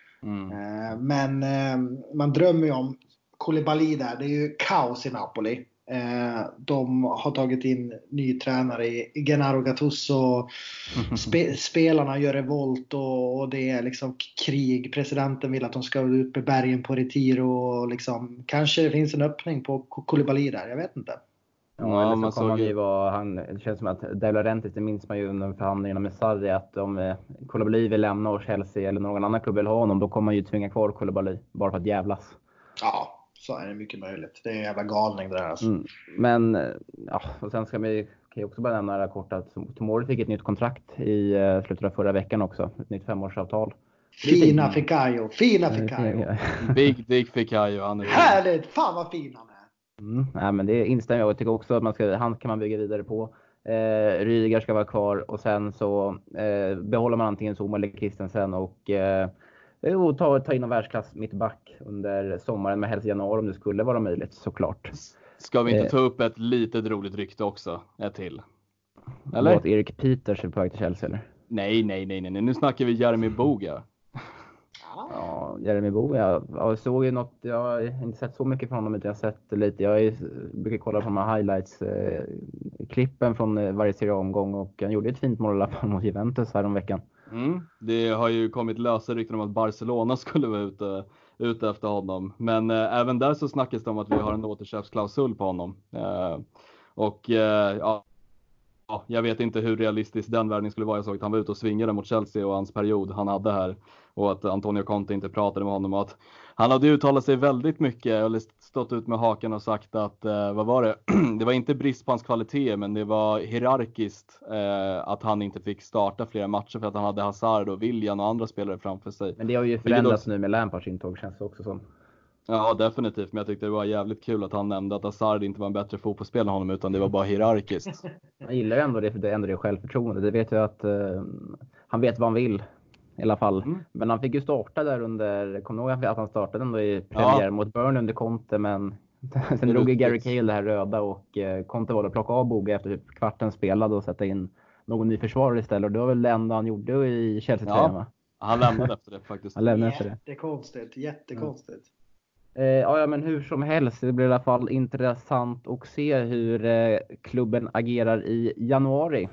[SPEAKER 1] Men man drömmer ju om Koulibaly där. Det är ju kaos i Napoli. De har tagit in ny tränare i Gennaro Gattuso. Spelarna gör revolt och det är liksom krig. Presidenten vill att de ska ut med bergen på Retiro och liksom, kanske det finns en öppning på Koulibaly där, jag vet inte.
[SPEAKER 2] Ja, eller så kommer han ju vara, det känns som att De Laurentiis, det minns man ju under förhandlingarna med Sarri, att om Koulibaly vill lämna och Chelsea eller någon annan klubb vill ha honom, då kommer man ju tvinga kvar Koulibaly bara för att jävlas.
[SPEAKER 1] Ja, så är det mycket möjligt. Det är en jävla galning det där alltså.
[SPEAKER 2] Men ja, och sen kan vi också bara nämna det kort att Tomori fick ett nytt kontrakt i slutet av förra veckan också, ett nytt 5-årsavtal.
[SPEAKER 1] Fina Fikayo.
[SPEAKER 3] Big Dick Fikayo.
[SPEAKER 1] Härligt, fan vad fin han är.
[SPEAKER 2] Nej, men det instämmer jag. Jag tycker också att han kan man bygga vidare på. Rydiger ska vara kvar, och sen så behåller man antingen Zuma eller Christensen och ta in en världsklass mittback under sommaren, med helst januari om det skulle vara möjligt, såklart.
[SPEAKER 3] Ska vi inte ta upp ett litet roligt rykte också? Ett till. Eller?
[SPEAKER 2] Att Erik Pieters är på väg till Chelsea, eller?
[SPEAKER 3] Nej. Nu snackar vi Jeremy Boga.
[SPEAKER 2] Ja, Jeremy Boga. Jag såg ju något, jag har inte sett så mycket från honom, utan jag har sett lite. Jag brukar kolla på de här highlights-klippen från varje serieomgång, och han gjorde ett fint mål i alla fall mot Juventus här om veckan.
[SPEAKER 3] Det har ju kommit lösa rykten om att Barcelona skulle vara ute efter honom. Men även där så snackas det om att vi har en återköpsklausul på honom. Jag vet inte hur realistisk den värvningen skulle vara. Jag såg att han var ute och svingade mot Chelsea och hans period han hade här. Och att Antonio Conte inte pratade med honom. Och att han hade uttalat sig väldigt mycket, eller stått ut med haken och sagt att, vad var det? Det var inte brist på hans kvalitet, men det var hierarkiskt att han inte fick starta flera matcher för att han hade Hazard och Willian och andra spelare framför sig.
[SPEAKER 2] Men det har ju förändrats nu med Lampards intåg, känns det också som.
[SPEAKER 3] Ja, definitivt. Men jag tyckte det var jävligt kul att han nämnde att Hazard inte var en bättre fotbollsspelare än honom, utan det var bara hierarkiskt.
[SPEAKER 2] Jag gillar ändå det, för det är ändå det självförtroende. Det vet jag att han vet vad han vill i alla fall. Men han fick ju starta där under, kommer du ihåg att han startade ändå i premiär mot Burnley under Conte, men sen drog ju Gary Cahill det här röda, och Conte var att plocka av Boga efter typ kvarten spelad och sätta in någon ny försvarare istället, och det var väl det enda han gjorde i Chelsea-tröjan, va?
[SPEAKER 3] Han lämnade efter det faktiskt.
[SPEAKER 1] Jättekonstigt.
[SPEAKER 2] Ja, men hur som helst, det blir i alla fall intressant att se hur klubben agerar i januari.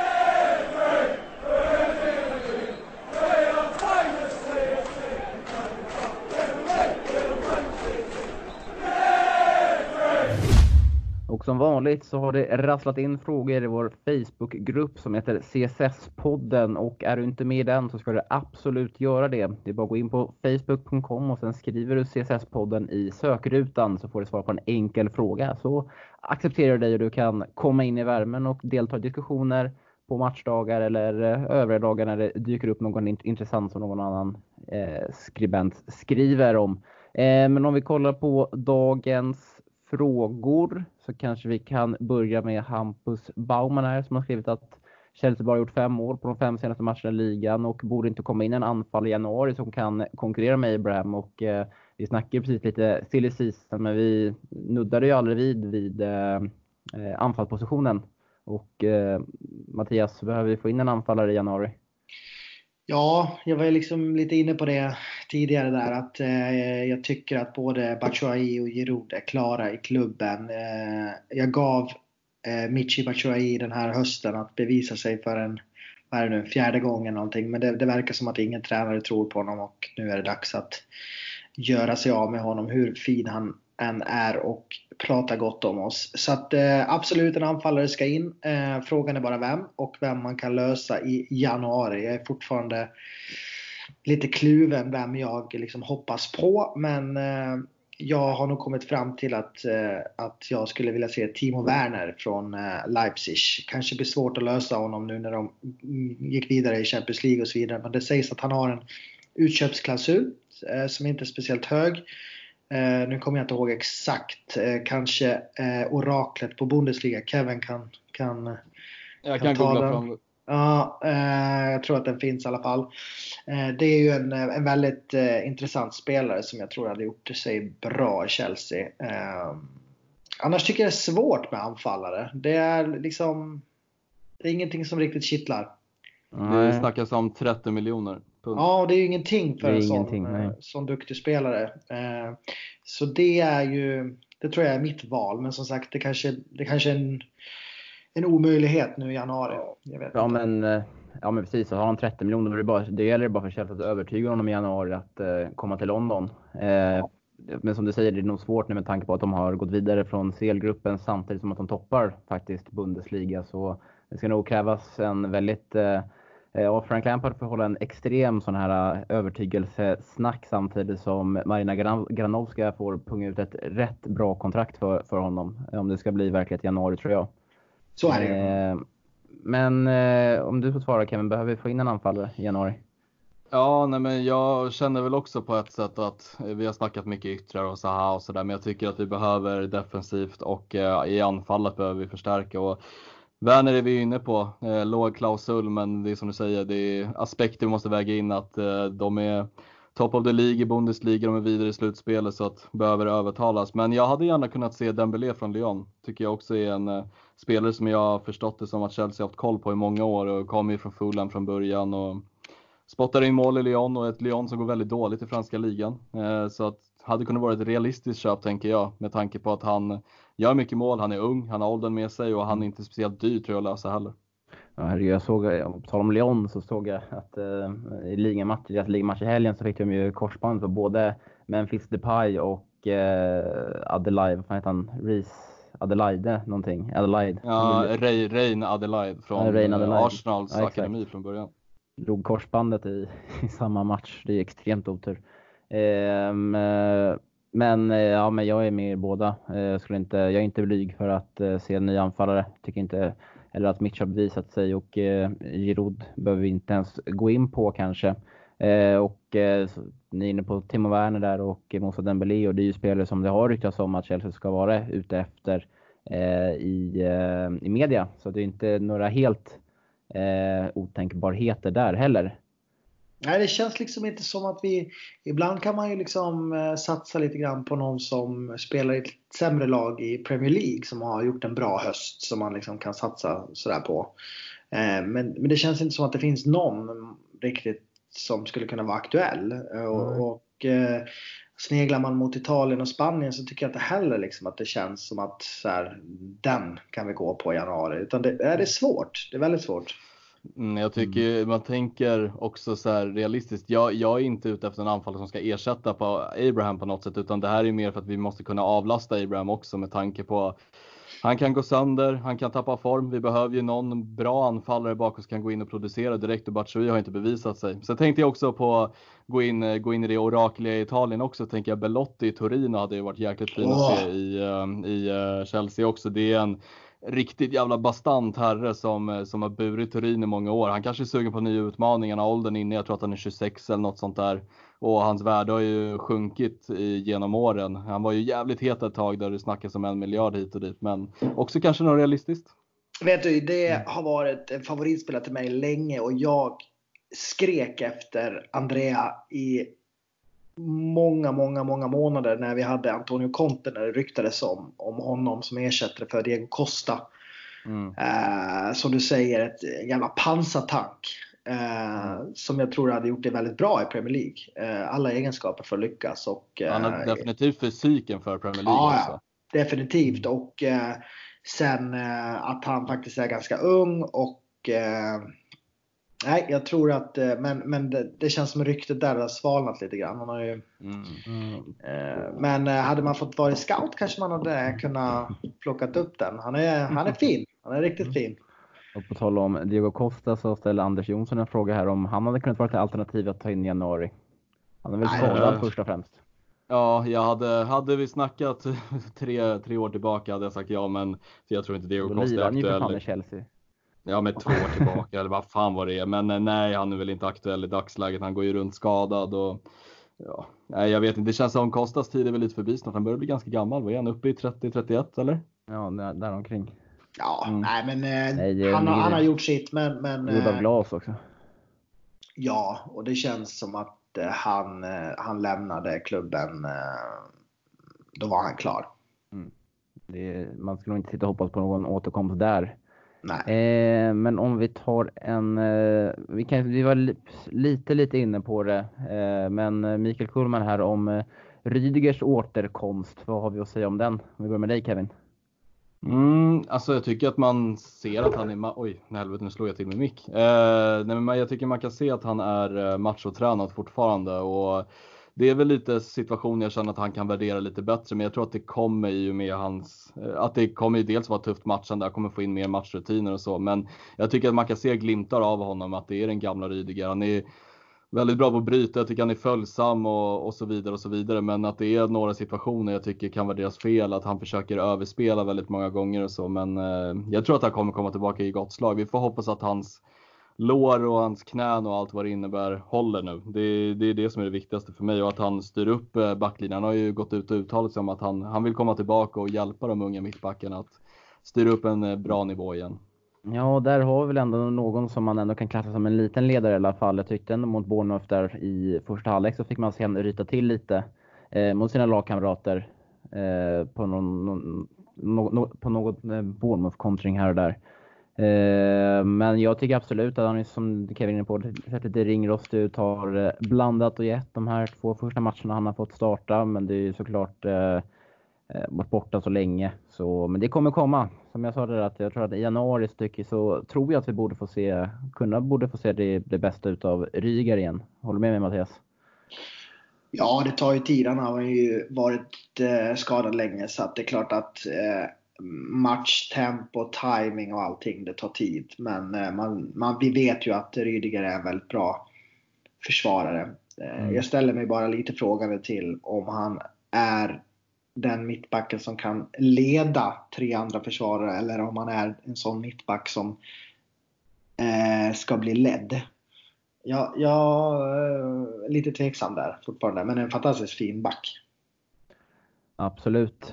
[SPEAKER 2] Och som vanligt så har det rasslat in frågor i vår Facebookgrupp som heter CSS-podden, och är du inte med i den så ska du absolut göra det. Det är bara att gå in på facebook.com och sen skriver du CSS-podden i sökrutan, så får du svar på en enkel fråga. Så accepterar du dig och du kan komma in i värmen och delta i diskussioner på matchdagar eller övriga dagar när det dyker upp någon intressant som någon annan skribent skriver om. Men om vi kollar på dagens frågor så kanske vi kan börja med Hampus Baumann här, som har skrivit att Chelsea bara gjort 5 mål på de 5 senaste matcherna i ligan och borde inte komma in en anfall i januari som kan konkurrera med Abraham. Och vi snackade precis lite silly season, men vi nuddade ju aldrig vid anfallspositionen. Och Mattias, behöver vi få in en anfallare i januari?
[SPEAKER 1] Ja, jag var liksom lite inne på det tidigare där, att jag tycker att både Batshuayi och Giroud är klara i klubben. Jag gav Michy Batshuayi den här hösten att bevisa sig för en 4:e gången någonting, men det verkar som att ingen tränare tror på honom, och nu är det dags att göra sig av med honom, hur fin han än är, och prata gott om oss. Så att absolut en anfallare ska in. Frågan är bara vem, och vem man kan lösa i januari. Jag är fortfarande lite kluven vem jag liksom hoppas på, men jag har nog kommit fram till att jag skulle vilja se Timo Werner från Leipzig. Kanske blir svårt att lösa honom nu när de gick vidare i Champions League och så vidare. Men det sägs att han har en utköpsklausul som inte är speciellt hög. Nu kommer jag inte ihåg exakt. Kanske oraklet på Bundesliga. Kevin kan ta den. Ja, jag tror att den finns i alla fall. Det är ju en väldigt intressant spelare som jag tror hade gjort sig bra i Chelsea. Annars tycker jag det är svårt med anfallare. Det är ingenting som riktigt kittlar.
[SPEAKER 3] Det snackas om 30 miljoner. Punkt.
[SPEAKER 1] Ja, det är ju ingenting för en sån duktig spelare. Så det tror jag är mitt val. Men som sagt, det kanske är en omöjlighet nu i januari. Jag vet inte.
[SPEAKER 2] Men precis. Så har han 30 miljoner. Det gäller bara för Chelsea att övertyga honom i januari att komma till London. Men som du säger, det är nog svårt nu med tanke på att de har gått vidare från CL-gruppen samtidigt som att de toppar faktiskt Bundesliga. Så det ska nog krävas en väldigt... Frank Lampard får hålla en extrem sån här övertygelsesnack samtidigt som Marina Granovska får punga ut ett rätt bra kontrakt för honom. Om det ska bli verkligen januari, tror jag.
[SPEAKER 1] Så är det.
[SPEAKER 2] Men om du får svara, Kevin, behöver vi få in en anfallare i januari?
[SPEAKER 3] Ja, men jag känner väl också på ett sätt att vi har snackat mycket yttrar och Zaha och sådär. Men jag tycker att vi behöver defensivt och i anfallet behöver vi förstärka. Och Werner är vi inne på, låg klausul, men det är som du säger, det är aspekter vi måste väga in, att de är top of the league i Bundesliga, de är vidare i slutspelet, så att behöver övertalas. Men jag hade gärna kunnat se Dembélé från Lyon, tycker jag också är en spelare som jag har förstått det som att Chelsea har haft koll på i många år och kommer ju från Fulham från början och spottar in mål i Lyon, och ett Lyon som går väldigt dåligt i franska ligan. Så att hade kunnat vara ett realistiskt köp, tänker jag, med tanke på att han gör mycket mål, han är ung, han har åldern med sig och han är inte speciellt dyr, tror jag, att lösa heller.
[SPEAKER 2] Ja, jag såg, på tal om Lyon, så såg jag att i ligamatch i helgen så fick de ju korsband för både Memphis Depay och Adelaide, vad heter han? Adelaide någonting. Adelaide.
[SPEAKER 3] Ja, Rein Adelaide från Arsenals akademi från början.
[SPEAKER 2] Drog korsbandet i samma match. Det är extremt otur. Men jag är med i båda. Jag är inte blyg för att se en ny anfallare. Tycker inte, eller att Mitch har bevisat sig, och Giroud behöver vi inte ens gå in på kanske. Ni är inne på Timo Werner där och Moussa Dembélé, och det är ju spelare som det har ryktats om att Chelsea ska vara ute efter i media. Så det är inte några helt otänkbarheter där heller.
[SPEAKER 1] Nej, det känns liksom inte som att ibland kan man ju liksom satsa lite grann på någon som spelar i ett sämre lag i Premier League som har gjort en bra höst som man liksom kan satsa sådär på. Men det känns inte som att det finns någon riktigt som skulle kunna vara aktuell. Och sneglar man mot Italien och Spanien så tycker jag inte heller liksom att det känns som att så här, den kan vi gå på i januari. Utan det är svårt. Det är väldigt svårt.
[SPEAKER 3] Jag tycker man tänker också så här realistiskt. Jag är inte ute efter en anfallare som ska ersätta på Abraham på något sätt, utan det här är mer för att vi måste kunna avlasta Abraham också, med tanke på han kan gå sönder, han kan tappa form. Vi behöver ju någon bra anfallare bakom som kan gå in och producera direkt, och Batshuayi har inte bevisat sig. Så tänkte jag också på gå in i det orakliga i Italien också. Tänker jag Belotti i Torino hade ju varit jäkligt fin att se i Chelsea också. Det är en riktigt jävla bastant herre som har burit Turin i många år. Han kanske är sugen på nya utmaningar, åldern inne. Jag tror att han är 26 eller något sånt där. Och hans värde har ju sjunkit genom åren. Han var ju jävligt het ett tag där det snackas om 1 miljard hit och dit. Men också kanske något realistiskt.
[SPEAKER 1] Vet du, det har varit en favoritspelare till mig länge. Och jag skrek efter Andrea i många månader när vi hade Antonio Conte, när det ryktades om honom som ersättare för Diego Costa. Som du säger, ett jävla pansartank som jag tror hade gjort det väldigt bra i Premier League. Alla egenskaper för att lyckas. Och,
[SPEAKER 3] han har definitivt fysiken för Premier League.
[SPEAKER 1] Ja, definitivt. Och sen att han faktiskt är ganska ung och nej, jag tror att men det känns som ryktet där har svalnat lite grann. Han har ju, men hade man fått vara scout kanske man hade kunnat plockat upp den. Han är fin. Han är riktigt fin.
[SPEAKER 2] Och på tal om Diego Costa så ställer Anders Jonsson en fråga här om han hade kunnat vara ett alternativ att ta in i januari. Han är väl skadad först och främst.
[SPEAKER 3] Ja, hade vi snackat 3 år tillbaka hade jag sagt ja, men jag tror inte Diego Costa är aktuell.
[SPEAKER 2] I Chelsea.
[SPEAKER 3] Ja, med 2 år tillbaka eller vad fan var det är. Men nej, han är väl inte aktuell i dagsläget. Han går ju runt skadad och ja, nej, jag vet inte. Det känns som Costas tid är väl lite förbi snart. Han börjar bli ganska gammal. Vad är han uppe i 30-31 eller?
[SPEAKER 2] Ja, där omkring.
[SPEAKER 1] Ja, nej men
[SPEAKER 2] nej,
[SPEAKER 1] han har gjort sitt, men
[SPEAKER 2] gjord av glas också.
[SPEAKER 1] Ja, och det känns som att han lämnade klubben, då var han klar.
[SPEAKER 2] Man skulle nog inte sitta och hoppas på någon återkomst där.
[SPEAKER 1] Nej.
[SPEAKER 2] Men om vi tar vi var lite inne på det, men Mikael Kullman här om Rüdigers återkomst, vad har vi att säga om den? Om vi börjar med dig, Kevin.
[SPEAKER 3] Alltså jag tycker att man ser att han är helvete, nu slår jag till med mick. Nej, men jag tycker man kan se att han är machotränad fortfarande, och det är väl lite situation jag känner att han kan värdera lite bättre, men jag tror att det kommer ju med att det kommer ju dels vara tufft matchen där, kommer få in mer matchrutiner och så, men jag tycker att man kan se glimtar av honom, att det är den gamla Rüdiger. Han är väldigt bra på att bryta, jag tycker han är följsam och så vidare, men att det är några situationer jag tycker kan värderas fel, att han försöker överspela väldigt många gånger och så, men jag tror att han kommer komma tillbaka i gott slag. Vi får hoppas att hans lår och hans knän och allt vad det innebär håller nu. Det är det som är det viktigaste för mig, och att han styr upp backlinjen. Han har ju gått ut och uttalat sig om att han vill komma tillbaka och hjälpa de unga mittbackarna att styra upp en bra nivå igen.
[SPEAKER 2] Ja, där har vi väl ändå någon som man ändå kan klassa som en liten ledare i alla fall. Jag tyckte ändå mot Bournemouth där i första halvlek så fick man se henne ryta till lite mot sina lagkamrater på något Bournemouth-kontring här och där. Men jag tycker absolut att han är, som Kevin är på, sett lite ringrostig ut, har blandat och gett de här 2 första matcherna han har fått starta, men det är ju såklart varit borta så länge, men det kommer komma. Som jag sa där, att jag tror att i januari så tror jag att vi borde få se det bästa utav Rüdiger igen. Håller med mig, Mattias?
[SPEAKER 1] Ja, det tar ju tid. Han har ju varit skadad länge, så att det är klart att matchtempo, timing och allting, det tar tid. Men vi vet ju att Rüdiger är en väldigt bra försvarare. Jag ställer mig bara lite frågande till om han är den mittbacken som kan leda 3 andra försvarare, eller om han är en sån mittback som ska bli ledd. Jag är lite tveksam där fortfarande, men en fantastiskt fin back.
[SPEAKER 2] Absolut.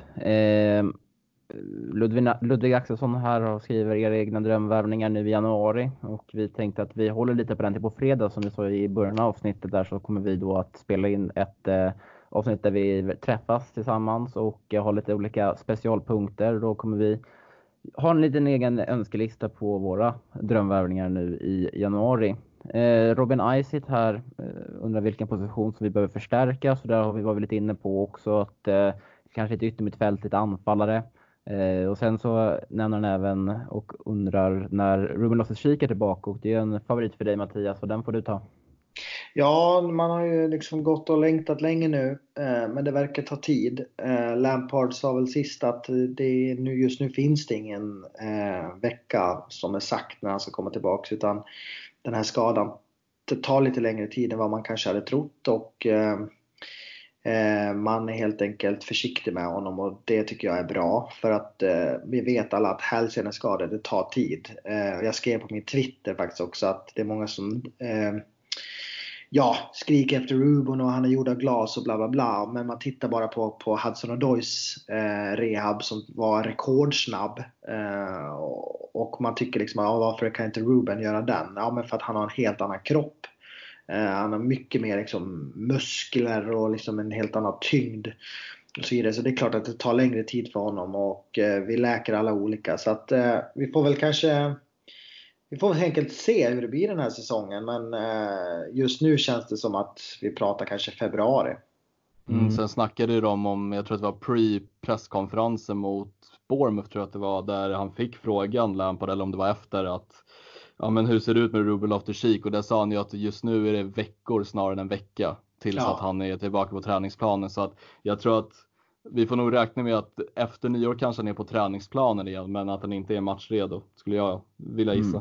[SPEAKER 2] Ludvig Axelsson här skriver era egna drömvärvningar nu i januari, och vi tänkte att vi håller lite på den till på fredag, som vi sa i början av avsnittet där, så kommer vi då att spela in ett avsnitt där vi träffas tillsammans och har lite olika specialpunkter. Då kommer vi ha en liten egen önskelista på våra drömvärvningar nu i januari. Robin Isitt här undrar vilken position som vi behöver förstärka, så där har vi varit lite inne på också att kanske ett yttermittfält, lite anfallare. Och sen så nämner han även och undrar när Ruben Loftus-Cheek är tillbaka, och det är en favorit för dig, Mattias, och den får du ta.
[SPEAKER 1] Ja, man har ju liksom gått och längtat länge nu, men det verkar ta tid. Lampard sa väl sist att just nu finns det ingen vecka som är sagt när han ska komma tillbaka, utan den här skadan tar lite längre tid än vad man kanske hade trott, och man är helt enkelt försiktig med honom, och det tycker jag är bra, för att vi vet alla att hälseneskador, det tar tid. Jag skrev på min Twitter faktiskt också att det är många som skriker efter Ruben och han är gjord av glas och bla bla bla, men man tittar bara på Hudson-Odois rehab som var rekordsnabb, och man tycker liksom, varför kan inte Ruben göra den? Ja, men för att han har en helt annan kropp. Han har mycket mer liksom muskler och liksom en helt annan tyngd och så vidare. Så det är klart att det tar längre tid för honom, och vi läker alla olika. Så att vi får helt enkelt se hur det blir den här säsongen. Men just nu känns det som att vi pratar kanske februari.
[SPEAKER 3] Sen snackade de om, jag tror att det var pre-presskonferensen mot Bournemouth, tror jag att det var, där han fick frågan, Lampard, eller om det var efter, att ja, men hur ser det ut med Ruben Loftus-Cheek? Och där sa han ju att just nu är det veckor snarare än en vecka tills att han är tillbaka på träningsplanen. Så att jag tror att vi får nog räkna med att efter nyår kanske han är på träningsplanen igen, men att han inte är matchredo, skulle jag vilja gissa.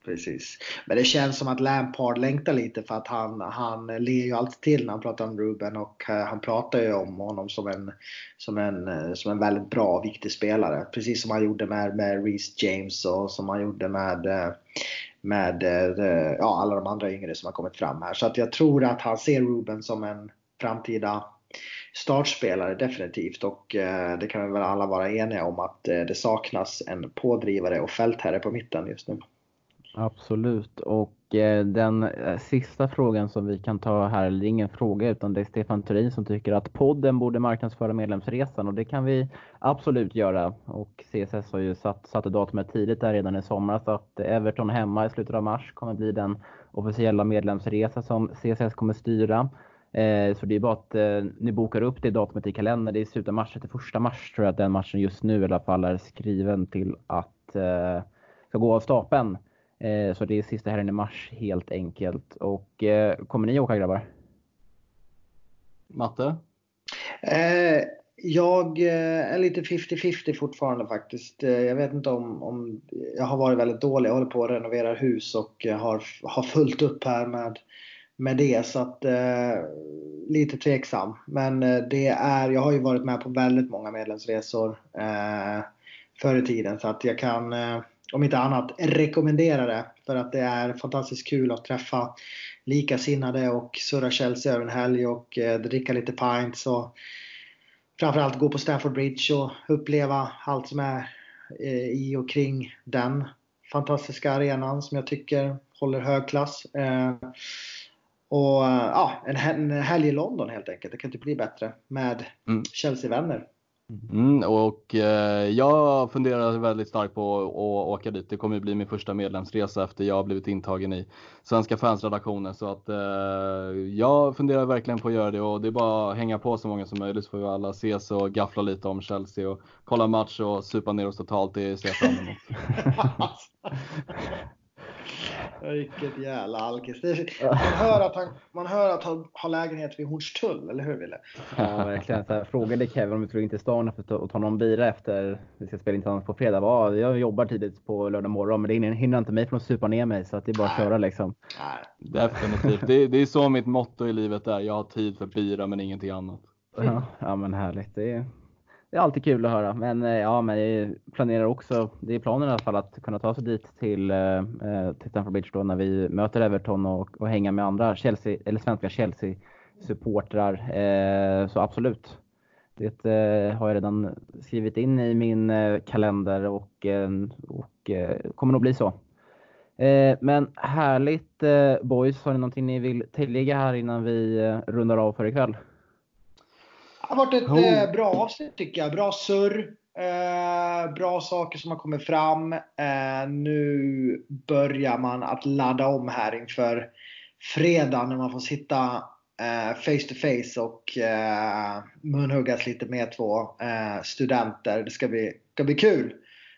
[SPEAKER 1] Precis. Men det känns som att Lampard längtar lite för att han ler ju alltid till när han pratar om Ruben, och han pratar ju om honom som en väldigt bra och viktig spelare. Precis som han gjorde med Reece James och som han gjorde med alla de andra yngre som har kommit fram här. Så att jag tror att han ser Ruben som en framtida startspelare definitivt, och det kan vi väl alla vara eniga om att det saknas en pådrivare och fältherre på mitten just nu.
[SPEAKER 2] Absolut, och den sista frågan som vi kan ta här, eller ingen fråga utan det är Stefan Turin som tycker att podden borde marknadsföra medlemsresan, och det kan vi absolut göra, och CSS har ju satt datumet tidigt där redan i sommar, så att Everton hemma i slutet av mars kommer bli den officiella medlemsresa som CSS kommer styra. Så det är bara att ni bokar upp det datumet i kalendern. Det är slutet av mars, till 1 mars tror jag att den matchen just nu i alla fall är skriven till att ska gå av stapeln. Så det är sista helgen i mars helt enkelt. Och kommer ni åka, grabbar?
[SPEAKER 3] Matte?
[SPEAKER 1] Jag är lite 50-50 fortfarande faktiskt. Jag vet inte om jag har varit väldigt dålig. Jag håller på att renovera hus och har fullt upp här med det, så att lite tveksam. Men jag har ju varit med på väldigt många medlemsresor förr i tiden, så att jag kan om inte annat rekommendera det, för att det är fantastiskt kul att träffa likasinnade och surra Chelsea över en helg och dricka lite pints och framförallt gå på Stamford Bridge och uppleva allt som är i och kring den fantastiska arenan som jag tycker håller hög klass. Och en helg i London helt enkelt. Det kan inte bli bättre med Chelsea-vänner.
[SPEAKER 3] Och jag funderar väldigt starkt på att åka dit. Det kommer ju bli min första medlemsresa efter jag har blivit intagen i Svenska fansredaktionen. Så att jag funderar verkligen på att göra det. Och det är bara att hänga på så många som möjligt, så får vi alla ses och gaffla lite om Chelsea och kolla match och supa ner oss totalt. Det ser jag fram emot.
[SPEAKER 1] Vilket jävla alkis. Man hör att han har lägenhet vid Hornstull, eller hur, Ville?
[SPEAKER 2] Ja, verkligen. Så här, frågade Kevin om vi tror inte stan för att ta någon bira efter vi ska spela in tillsammans på fredag. Jag jobbar tidigt på lördag morgon, men det hindrar inte mig från att supa ner mig, så att det är bara att köra liksom.
[SPEAKER 3] Definitivt. Det är så mitt motto i livet är. Jag har tid för bira men ingenting annat.
[SPEAKER 2] Ja, men härligt. Det är alltid kul att höra, men jag planerar också, det är planen i alla fall, att kunna ta sig dit till Stamford Bridge då när vi möter Everton och hänga med andra Chelsea eller svenska Chelsea-supportrar. Så absolut, det har jag redan skrivit in i min kalender och kommer nog bli så. Men härligt, boys, har ni någonting ni vill tillägga här innan vi rundar av för ikväll?
[SPEAKER 1] Det har varit ett bra avsnitt tycker jag. Bra surr. Bra saker som har kommit fram. Nu börjar man att ladda om här inför fredag när man får sitta face to face och munhuggas lite med 2 studenter. Det ska bli kul.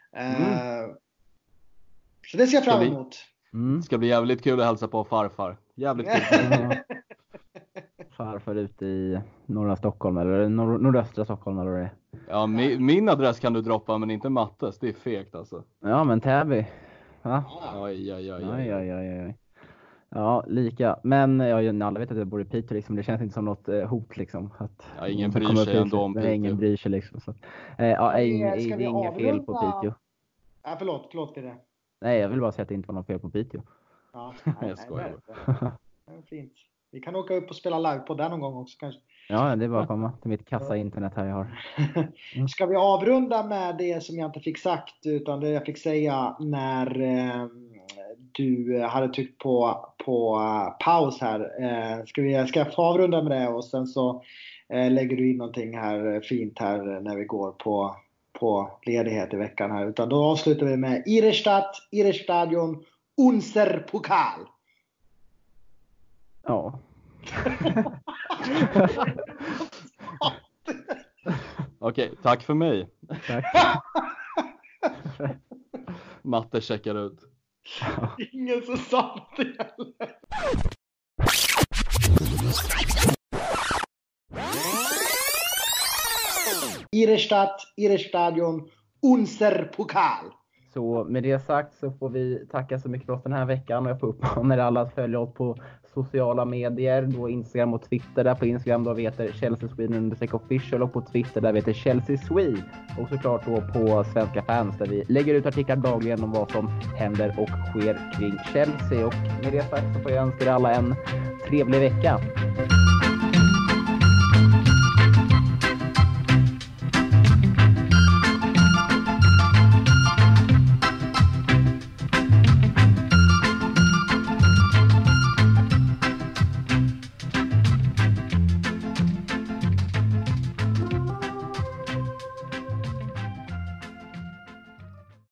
[SPEAKER 1] Så det ser jag fram emot.
[SPEAKER 3] Det ska bli jävligt kul att hälsa på farfar. Jävligt kul.
[SPEAKER 2] Farfar ute i norra Stockholm eller nordöstra Stockholm eller vad det är.
[SPEAKER 3] Ja, min adress kan du droppa, men inte Mattes. Det är fegt alltså.
[SPEAKER 2] Ja, men Täby. Ja.
[SPEAKER 3] Oj.
[SPEAKER 2] Ja, lika. Men alla vet att jag bor i Piteå liksom. Det känns inte som något hot liksom. Att
[SPEAKER 3] ingen bryr sig ändå om Piteå.
[SPEAKER 2] Ingen bryr sig liksom. Så. Det är inget fel på Piteå.
[SPEAKER 1] Ja, förlåt för det.
[SPEAKER 2] Nej, jag vill bara säga att det inte var något fel på Piteå.
[SPEAKER 1] Ja,
[SPEAKER 3] jag skojar.
[SPEAKER 1] Det är fint. Vi kan åka upp och spela live på den någon gång också kanske.
[SPEAKER 2] Ja, det är bara att komma till mitt kassa internet här jag har.
[SPEAKER 1] Ska vi avrunda med det som jag inte fick sagt, utan det jag fick säga när du hade tryckt på paus här. Ska jag få avrunda med det, och sen så lägger du in någonting här fint här när vi går på ledighet i veckan här. Utan då avslutar vi med Ihre Stadion, unser Pokal.
[SPEAKER 2] Ja.
[SPEAKER 3] Okej, tack för mig.
[SPEAKER 2] Tack.
[SPEAKER 3] Matte checkar ut.
[SPEAKER 1] Ingen som sa det heller. Ihre Stadion, unser Pokal.
[SPEAKER 2] Så med det sagt så får vi tacka så mycket för oss den här veckan. Och jag får uppmana er alla att följa oss på sociala medier. Då Instagram och Twitter. Där på Instagram då vi heter Chelsea Sweden _official. Och på Twitter där vi heter Chelsea Swede. Och såklart då på Svenska Fans där vi lägger ut artiklar dagligen om vad som händer och sker kring Chelsea. Och med det sagt så får jag önska er alla en trevlig vecka.